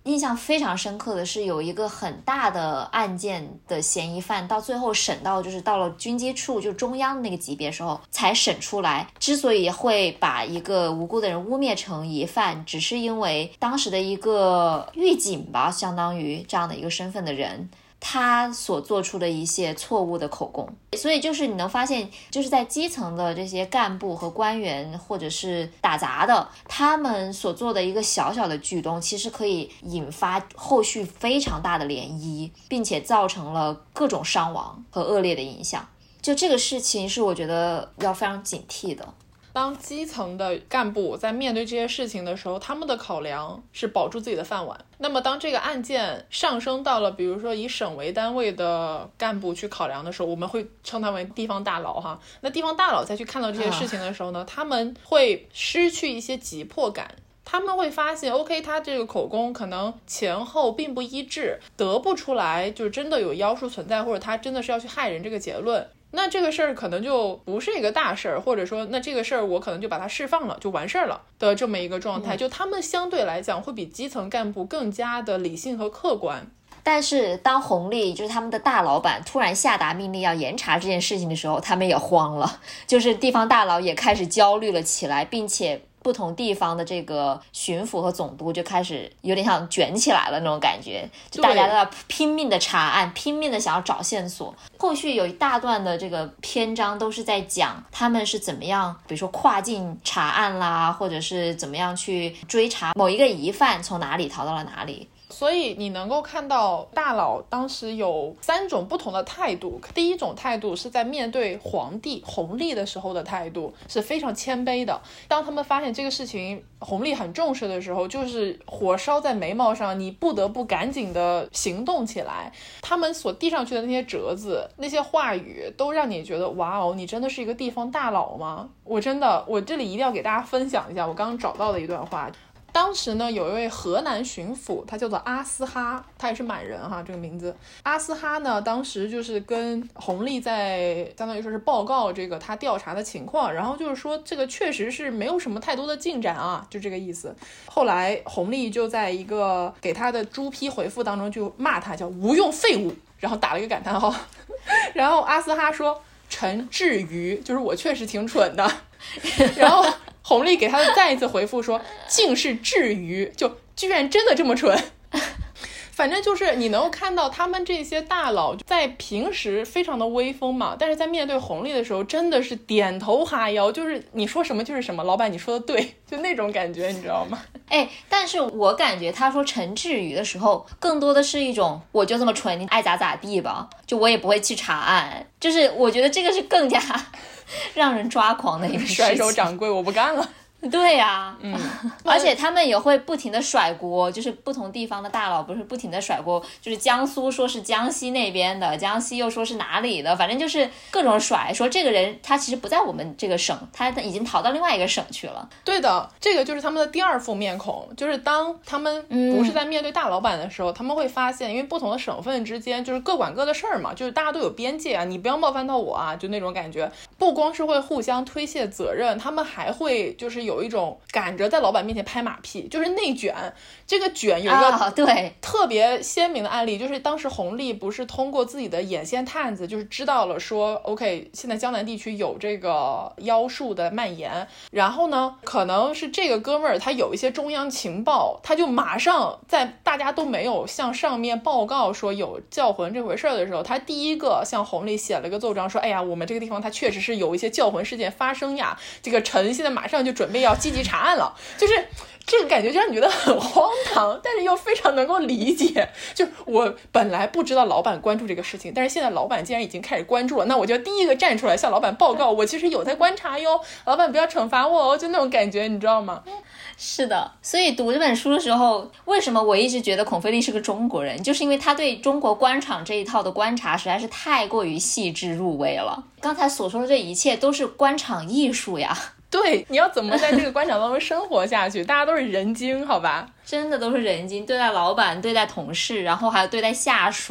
印象非常深刻的是，有一个很大的案件的嫌疑犯，到最后审到就是到了军机处，就中央的那个级别时候才审出来。之所以会把一个无辜的人污蔑成疑犯，只是因为当时的一个狱警吧，相当于这样的一个身份的人，他所做出的一些错误的口供。所以就是你能发现，就是在基层的这些干部和官员或者是打杂的，他们所做的一个小小的举动，其实可以引发后续非常大的涟漪，并且造成了各种伤亡和恶劣的影响。就这个事情是我觉得要非常警惕的。 当基层的干部在面对这些事情的时候，他们的考量是保住自己的饭碗。那么当这个案件上升到了比如说以省为单位的干部去考量的时候，我们会称他为地方大佬哈。那地方大佬再去看到这些事情的时候呢，他们会失去一些急迫感。他们会发现 OK 他这个口供可能前后并不一致，得不出来就是真的有妖术存在，或者他真的是要去害人这个结论。那这个事儿可能就不是一个大事儿，或者说那这个事儿我可能就把它释放了就完事儿了的这么一个状态。就他们相对来讲会比基层干部更加的理性和客观。 但是当弘历就是他们的大老板突然下达命令要严查这件事情的时候，他们也慌了，就是地方大佬也开始焦虑了起来，并且不同地方的这个巡抚和总督就开始有点像卷起来了那种感觉，就大家都在拼命的查案，拼命的想要找线索。后续有一大段的这个篇章都是在讲他们是怎么样，比如说跨境查案啦，或者是怎么样去追查某一个疑犯从哪里逃到了哪里。 所以你能够看到大佬当时有3种不同的态度。第一种态度是在面对皇帝弘历的时候的态度是非常谦卑的。当他们发现这个事情弘历很重视的时候，就是火烧在眉毛上，你不得不赶紧的行动起来。他们所递上去的那些折子，那些话语都让你觉得哇哦，你真的是一个地方大佬吗？我这里一定要给大家分享一下我刚刚找到的一段话。当时呢，有一位河南巡抚，他叫做阿斯哈，他也是满人哈，这个名字。阿斯哈呢，当时就是跟弘历在相当于说是报告这个他调查的情况，然后就是说这个确实是没有什么太多的进展啊，就这个意思。后来弘历就在一个给他的朱批回复当中就骂他叫无用废物，然后打了一个感叹号。然后阿斯哈说臣至于，就是我确实挺蠢的。然后弘历给他的再一次回复说竟是至于，就居然真的这么蠢。反正就是你能够看到他们这些大佬在平时非常的威风嘛，但是在面对弘历的时候真的是点头哈腰，就是你说什么就是什么，老板你说的对，就那种感觉，你知道吗？ 但是我感觉他说陈志宇的时候更多的是一种我就这么蠢，你爱咋咋地吧，就我也不会去查案，就是我觉得这个是更加让人抓狂的一个事情。 甩手掌柜我不干了。 对呀，而且他们也会不停的甩锅，就是不同地方的大佬不是不停的甩锅，就是江苏说是江西那边的，江西又说是哪里的，反正就是各种甩，说这个人他其实不在我们这个省，他已经逃到另外一个省去了。 对的，这个就是他们的第二副面孔，就是当他们不是在面对大老板的时候，他们会发现因为不同的省份之间就是各管各的事儿嘛，就是大家都有边界啊，你不要冒犯到我啊，就那种感觉。不光是会互相推卸责任，他们还会就是有一种赶着在老板面前拍马屁，就是内卷。这个卷有一个对特别鲜明的案例，就是当时弘历不是通过自己的眼线探子就是知道了说 OK 现在江南地区有这个妖术的蔓延，然后呢可能是这个哥们儿他有一些中央情报，他就马上在大家都没有向上面报告说有教魂这回事的时候，他第一个向弘历写了个奏章说，哎呀我们这个地方他确实是有一些教魂事件发生呀，这个臣现在马上就准备要积极查案了。就是这个感觉就让你觉得很荒唐，但是又非常能够理解。就我本来不知道老板关注这个事情，但是现在老板既然已经开始关注了，那我就第一个站出来向老板报告，我其实有在观察哟，老板不要惩罚我哦，就那种感觉，你知道吗？ 是的，所以读这本书的时候，为什么我一直觉得孔飞利是个中国人，就是因为他对中国官场这一套的观察实在是太过于细致入微了。刚才所说的这一切都是官场艺术呀。 对，你要怎么在这个官场当中生活下去，大家都是人精好吧， 真的都是人精，对待老板对待同事，然后还有对待下属，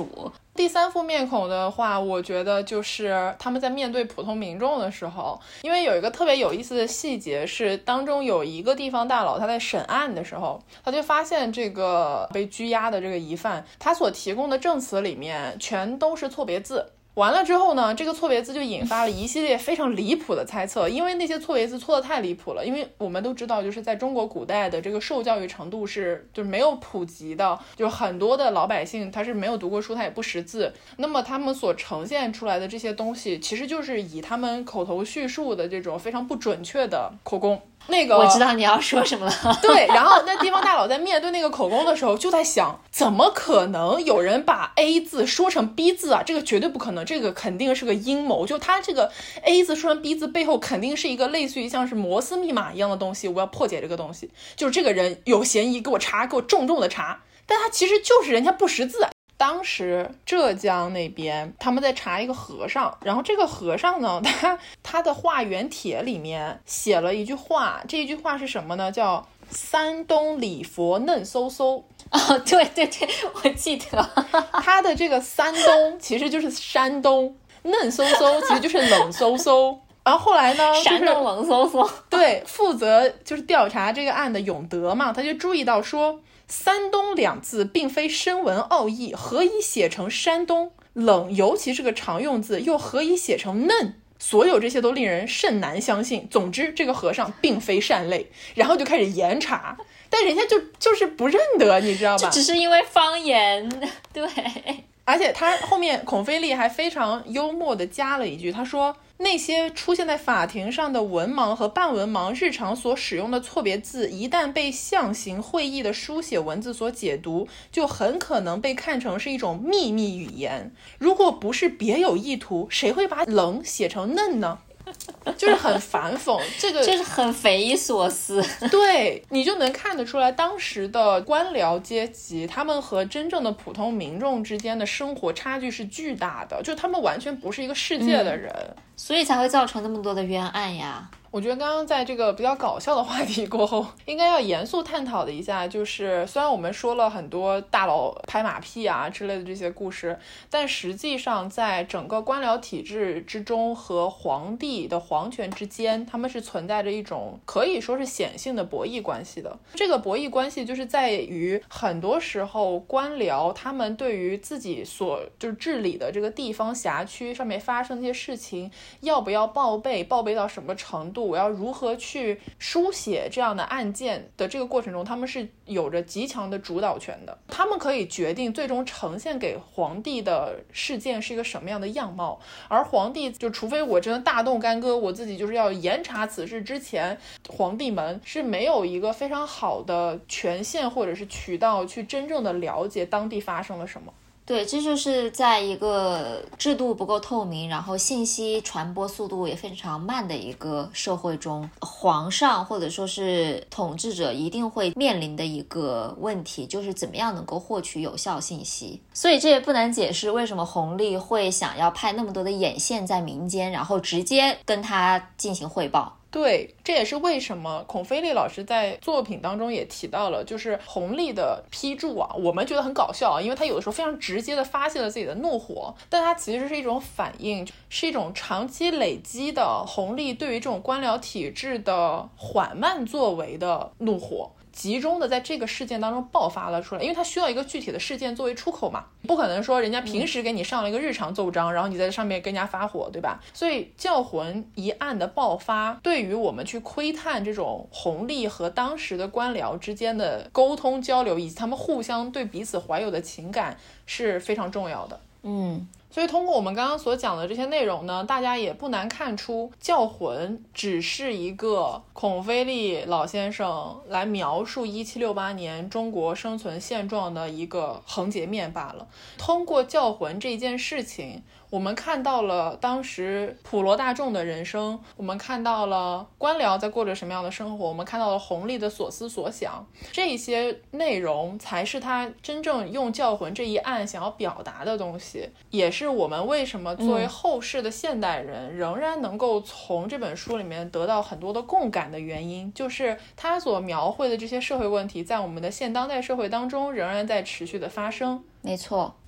第三副面孔的话，我觉得就是他们在面对普通民众的时候，因为有一个特别有意思的细节是，当中有一个地方大佬他在审案的时候，他就发现这个被拘押的这个疑犯，他所提供的证词里面全都是错别字。完了之后呢，这个错别字就引发了一系列非常离谱的猜测，因为那些错别字错得太离谱了。因为我们都知道，就是在中国古代的这个受教育程度就是没有普及的，就很多的老百姓他是没有读过书，他也不识字，那么他们所呈现出来的这些东西，其实就是以他们口头叙述的这种非常不准确的口供。那个我知道你要说什么了。 对，然后那地方大佬在面对那个口供的时候就在想，怎么可能有人把 A 字说成 B 字啊？这个绝对不可能，这个肯定是个阴谋。就他这个 A 字说成 B 字背后肯定是一个类似于像是摩斯密码一样的东西，我要破解这个东西，就是这个人有嫌疑，给我查，给我重重的查。但他其实就是人家不识字。当时浙江那边他们在查一个和尚，然后这个和尚呢，他的化缘帖里面写了一句话，这一句话是什么呢？叫山东礼佛嫩嗖嗖。 哦，对对对，我记得。 他的这个山东其实就是山东，嫩嗖嗖其实就是冷嗖嗖。然后后来呢， 山东冷嗖嗖。 对，负责就是调查这个案的永德嘛，他就注意到说，山东两字并非深文奥义，何以写成山东？冷尤其是个常用字，又何以写成嫩？所有这些都令人甚难相信。总之这个和尚并非善类，然后就开始严查，但人家就是不认得，你知道吧？ 这只是因为方言。对， 而且他后面孔飞利还非常幽默的加了一句，他说那些出现在法庭上的文盲和半文盲日常所使用的错别字，一旦被象形会意的书写文字所解读，就很可能被看成是一种秘密语言。如果不是别有意图，谁会把冷写成嫩呢？就是很反讽，这个就是很匪夷所思。 对，你就能看得出来，当时的官僚阶级，他们和真正的普通民众之间的生活差距是巨大的，就他们完全不是一个世界的人， 所以才会造成那么多的冤案呀。 我觉得刚刚在这个比较搞笑的话题过后，应该要严肃探讨的一下，就是虽然我们说了很多大佬拍马屁啊之类的这些故事，但实际上在整个官僚体制之中和皇帝的皇权之间，他们是存在着一种可以说是显性的博弈关系的。这个博弈关系就是在于很多时候官僚他们对于自己所就是治理的这个地方辖区上面发生的一些事情，要不要报备到什么程度，我要如何去书写这样的案件的这个过程中，他们是有着极强的主导权的。他们可以决定最终呈现给皇帝的事件是一个什么样的样貌，而皇帝就除非我真的大动干戈，我自己就是要严查此事之前，皇帝们是没有一个非常好的权限或者是渠道去真正的了解当地发生了什么。 对，这就是在一个制度不够透明，然后信息传播速度也非常慢的一个社会中，皇上或者说是统治者一定会面临的一个问题，就是怎么样能够获取有效信息。所以这也不难解释为什么弘历会想要派那么多的眼线在民间，然后直接跟他进行汇报。 对，这也是为什么孔飞利老师在作品当中也提到了，就是弘历的批注啊，我们觉得很搞笑啊，因为他有的时候非常直接的发泄了自己的怒火，但他其实是一种反应，是一种长期累积的弘历对于这种官僚体制的缓慢作为的怒火，集中的在这个事件当中爆发了出来，因为它需要一个具体的事件作为出口嘛，不可能说人家平时给你上了一个日常奏章，然后你在上面跟人家发火，对吧？所以教魂一案的爆发，对于我们去窥探这种弘历和当时的官僚之间的沟通交流，以及他们互相对彼此怀有的情感是非常重要的。所以通过我们刚刚所讲的这些内容呢，大家也不难看出，教魂只是一个孔飞利老先生来描述1768年中国生存现状的一个横截面罢了。通过教魂这件事情，我们看到了当时普罗大众的人生，我们看到了官僚在过着什么样的生活，我们看到了弘历的所思所想，这些内容才是他真正用教魂这一案想要表达的东西，也是我们为什么作为后世的现代人仍然能够从这本书里面得到很多的共感的原因，就是他所描绘的这些社会问题在我们的现当代社会当中仍然在持续的发生。 没错，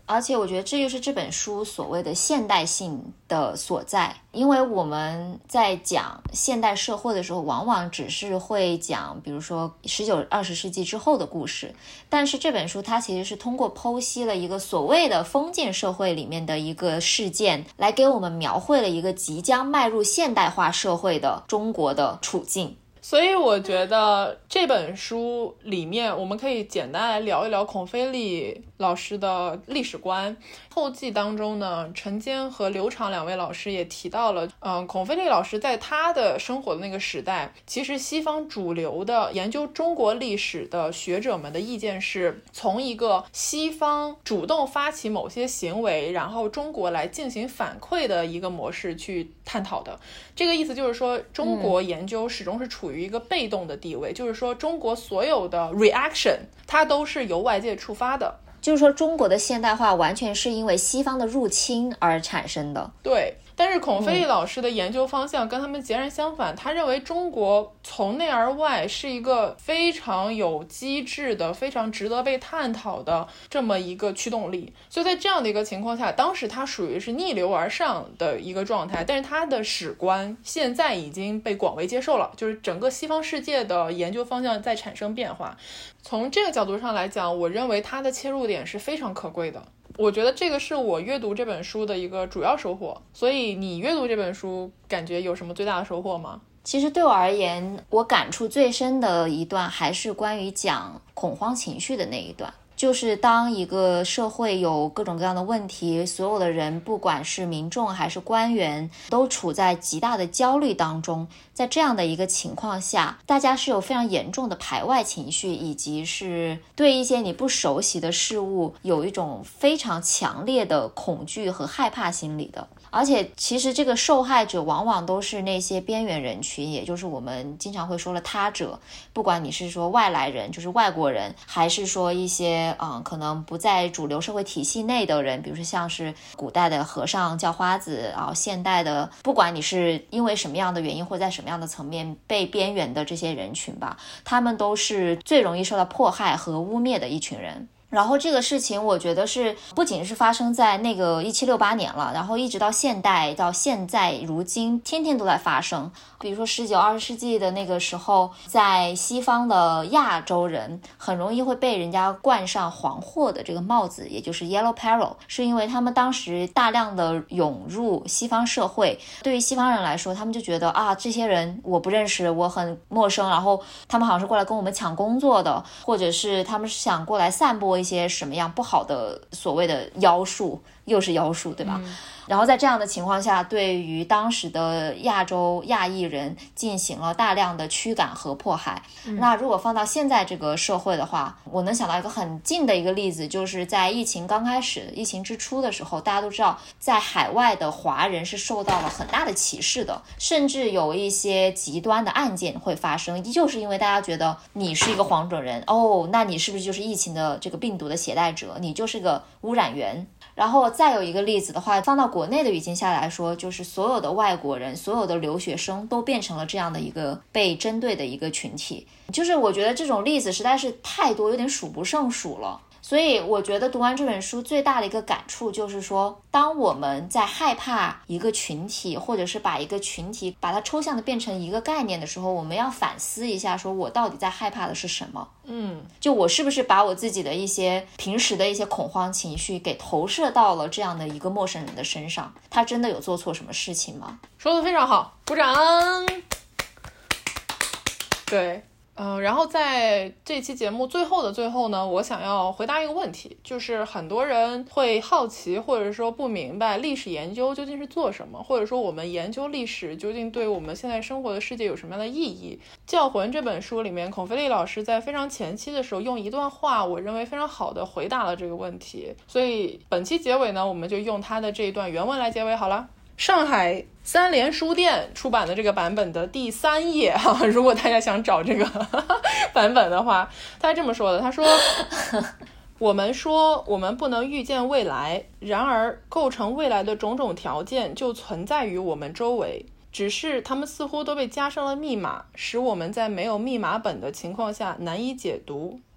而且我觉得这就是这本书所谓的现代性的所在，因为我们在讲现代社会的时候，往往只是会讲比如说19、20世纪之后的故事，但是这本书它其实是通过剖析了一个所谓的封建社会里面的一个事件，来给我们描绘了一个即将迈入现代化社会的中国的处境。 所以我觉得这本书里面我们可以简单来聊一聊孔飞利老师的历史观。后记当中呢，陈坚和刘长两位老师也提到了孔飞利老师在他的生活的那个时代，其实西方主流的研究中国历史的学者们的意见是从一个西方主动发起某些行为，然后中国来进行反馈的一个模式去探讨的。这个意思就是说，中国研究始终是处于一个被动的地位，就是说中国所有的 reaction 它都是由外界触发的， 就是说中国的现代化完全是因为西方的入侵而产生的。 对，但是孔飞利老师的研究方向跟他们截然相反，他认为中国从内而外是一个非常有机制的、非常值得被探讨的这么一个驱动力。所以在这样的一个情况下，当时他属于是逆流而上的一个状态，但是他的史观现在已经被广为接受了，就是整个西方世界的研究方向在产生变化。从这个角度上来讲，我认为他的切入点是非常可贵的。我觉得这个是我阅读这本书的一个主要收获。所以你阅读这本书感觉有什么最大的收获吗？ 其实对我而言，我感触最深的一段还是关于讲恐慌情绪的那一段。就是当一个社会有各种各样的问题，所有的人不管是民众还是官员都处在极大的焦虑当中，在这样的一个情况下，大家是有非常严重的排外情绪，以及是对一些你不熟悉的事物有一种非常强烈的恐惧和害怕心理的。而且其实这个受害者往往都是那些边缘人群，也就是我们经常会说的他者，不管你是说外来人，就是外国人，还是说一些可能不在主流社会体系内的人，比如说像是古代的和尚叫花子，然后现代的不管你是因为什么样的原因或在什么样的层面被边缘的这些人群吧，他们都是最容易受到迫害和污蔑的一群人。然后这个事情我觉得是不仅是发生在那个1768年了，然后一直到现代，到现在如今天天都在发生。比如说19、20世纪的那个时候，在西方的亚洲人很容易会被人家冠上黄祸的这个帽子，也就是 Yellow Peril， 是因为他们当时大量的涌入西方社会，对于西方人来说，他们就觉得这些人我不认识，我很陌生，然后他们好像是过来跟我们抢工作的，或者是他们是想过来散播一些什么样不好的所谓的妖术，又是妖术，对吧？然后在这样的情况下，对于当时的亚裔人进行了大量的驱赶和迫害。那如果放到现在这个社会的话，我能想到一个很近的一个例子，就是在疫情刚开始，疫情之初的时候，大家都知道在海外的华人是受到了很大的歧视的，甚至有一些极端的案件会发生，就是因为大家觉得你是一个黄种人，那你是不是就是疫情的这个病毒的携带者，你就是个污染源。然后再有一个例子的话，放到国内的语境下来说，就是所有的外国人，所有的留学生都变成了这样的一个被针对的一个群体。就是我觉得这种例子实在是太多，有点数不胜数了。所以我觉得读完这本书最大的一个感触就是说，当我们在害怕一个群体，或者是把一个群体把它抽象的变成一个概念的时候，我们要反思一下，说我到底在害怕的是什么。就我是不是把我自己的一些平时的一些恐慌情绪给投射到了这样的一个陌生人的身上，他真的有做错什么事情吗？ 说得非常好，鼓掌。对，然后在这期节目最后的最后呢，我想要回答一个问题，就是很多人会好奇或者说不明白历史研究究竟是做什么，或者说我们研究历史究竟对我们现在生活的世界有什么样的意义。教魂这本书里面，孔飞利老师在非常前期的时候用一段话，我认为非常好的回答了这个问题，所以本期结尾呢，我们就用他的这一段原文来结尾好了。上海三联书店出版的这个版本的第3页如果大家想找这个版本的话，他这么说的，他说我们说我们不能预见未来，然而构成未来的种种条件就存在于我们周围，只是它们似乎都被加上了密码，使我们在没有密码本的情况下难以解读。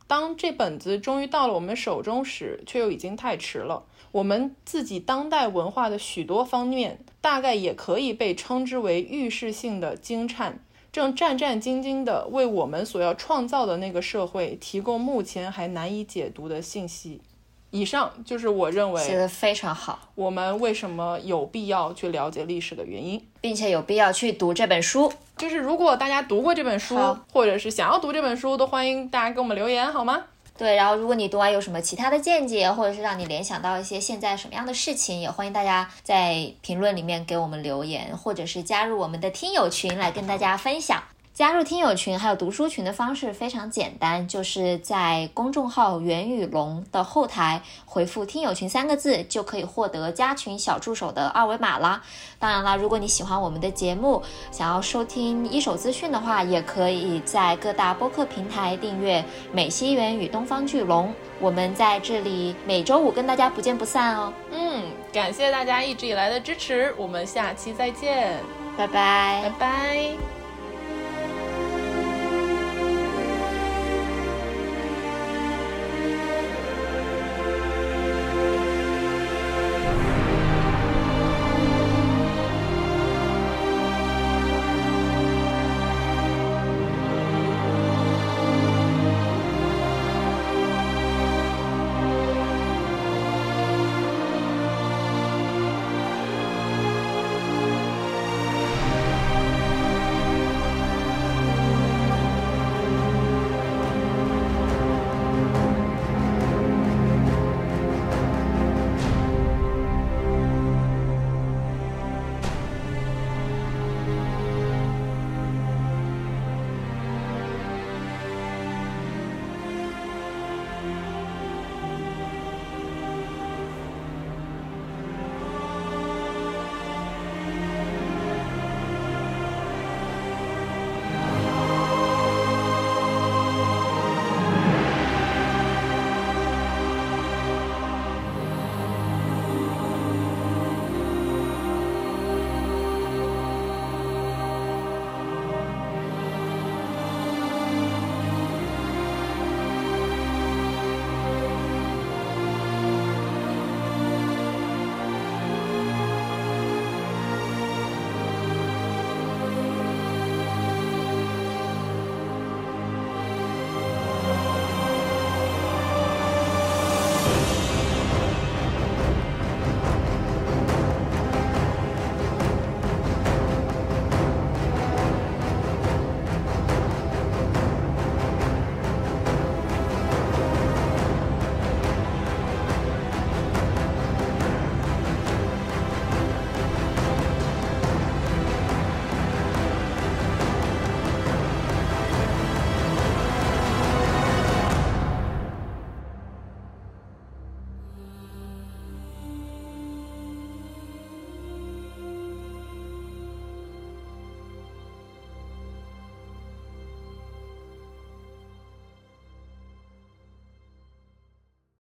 当这本子终于到了我们手中时，却又已经太迟了。我们自己当代文化的许多方面，大概也可以被称之为预示性的惊颤，正战战兢兢地为我们所要创造的那个社会提供目前还难以解读的信息。以上就是我认为写得非常好， 我们为什么有必要去了解历史的原因， 并且有必要去读这本书。 就是如果大家读过这本书，或者是想要读这本书，都欢迎大家给我们留言好吗？ 对，然后如果你读完有什么其他的见解，或者是让你联想到一些现在什么样的事情，也欢迎大家在评论里面给我们留言，或者是加入我们的听友群来跟大家分享。加入听友群还有读书群的方式非常简单，就是在公众号袁宇龙的后台回复听友群3个字，就可以获得加群小助手的2维码啦。当然啦，如果你喜欢我们的节目，想要收听一手资讯的话，也可以在各大播客平台订阅美西园与东方巨龙。我们在这里每周5跟大家不见不散哦。 感谢大家一直以来的支持，我们下期再见， 拜拜， 拜拜。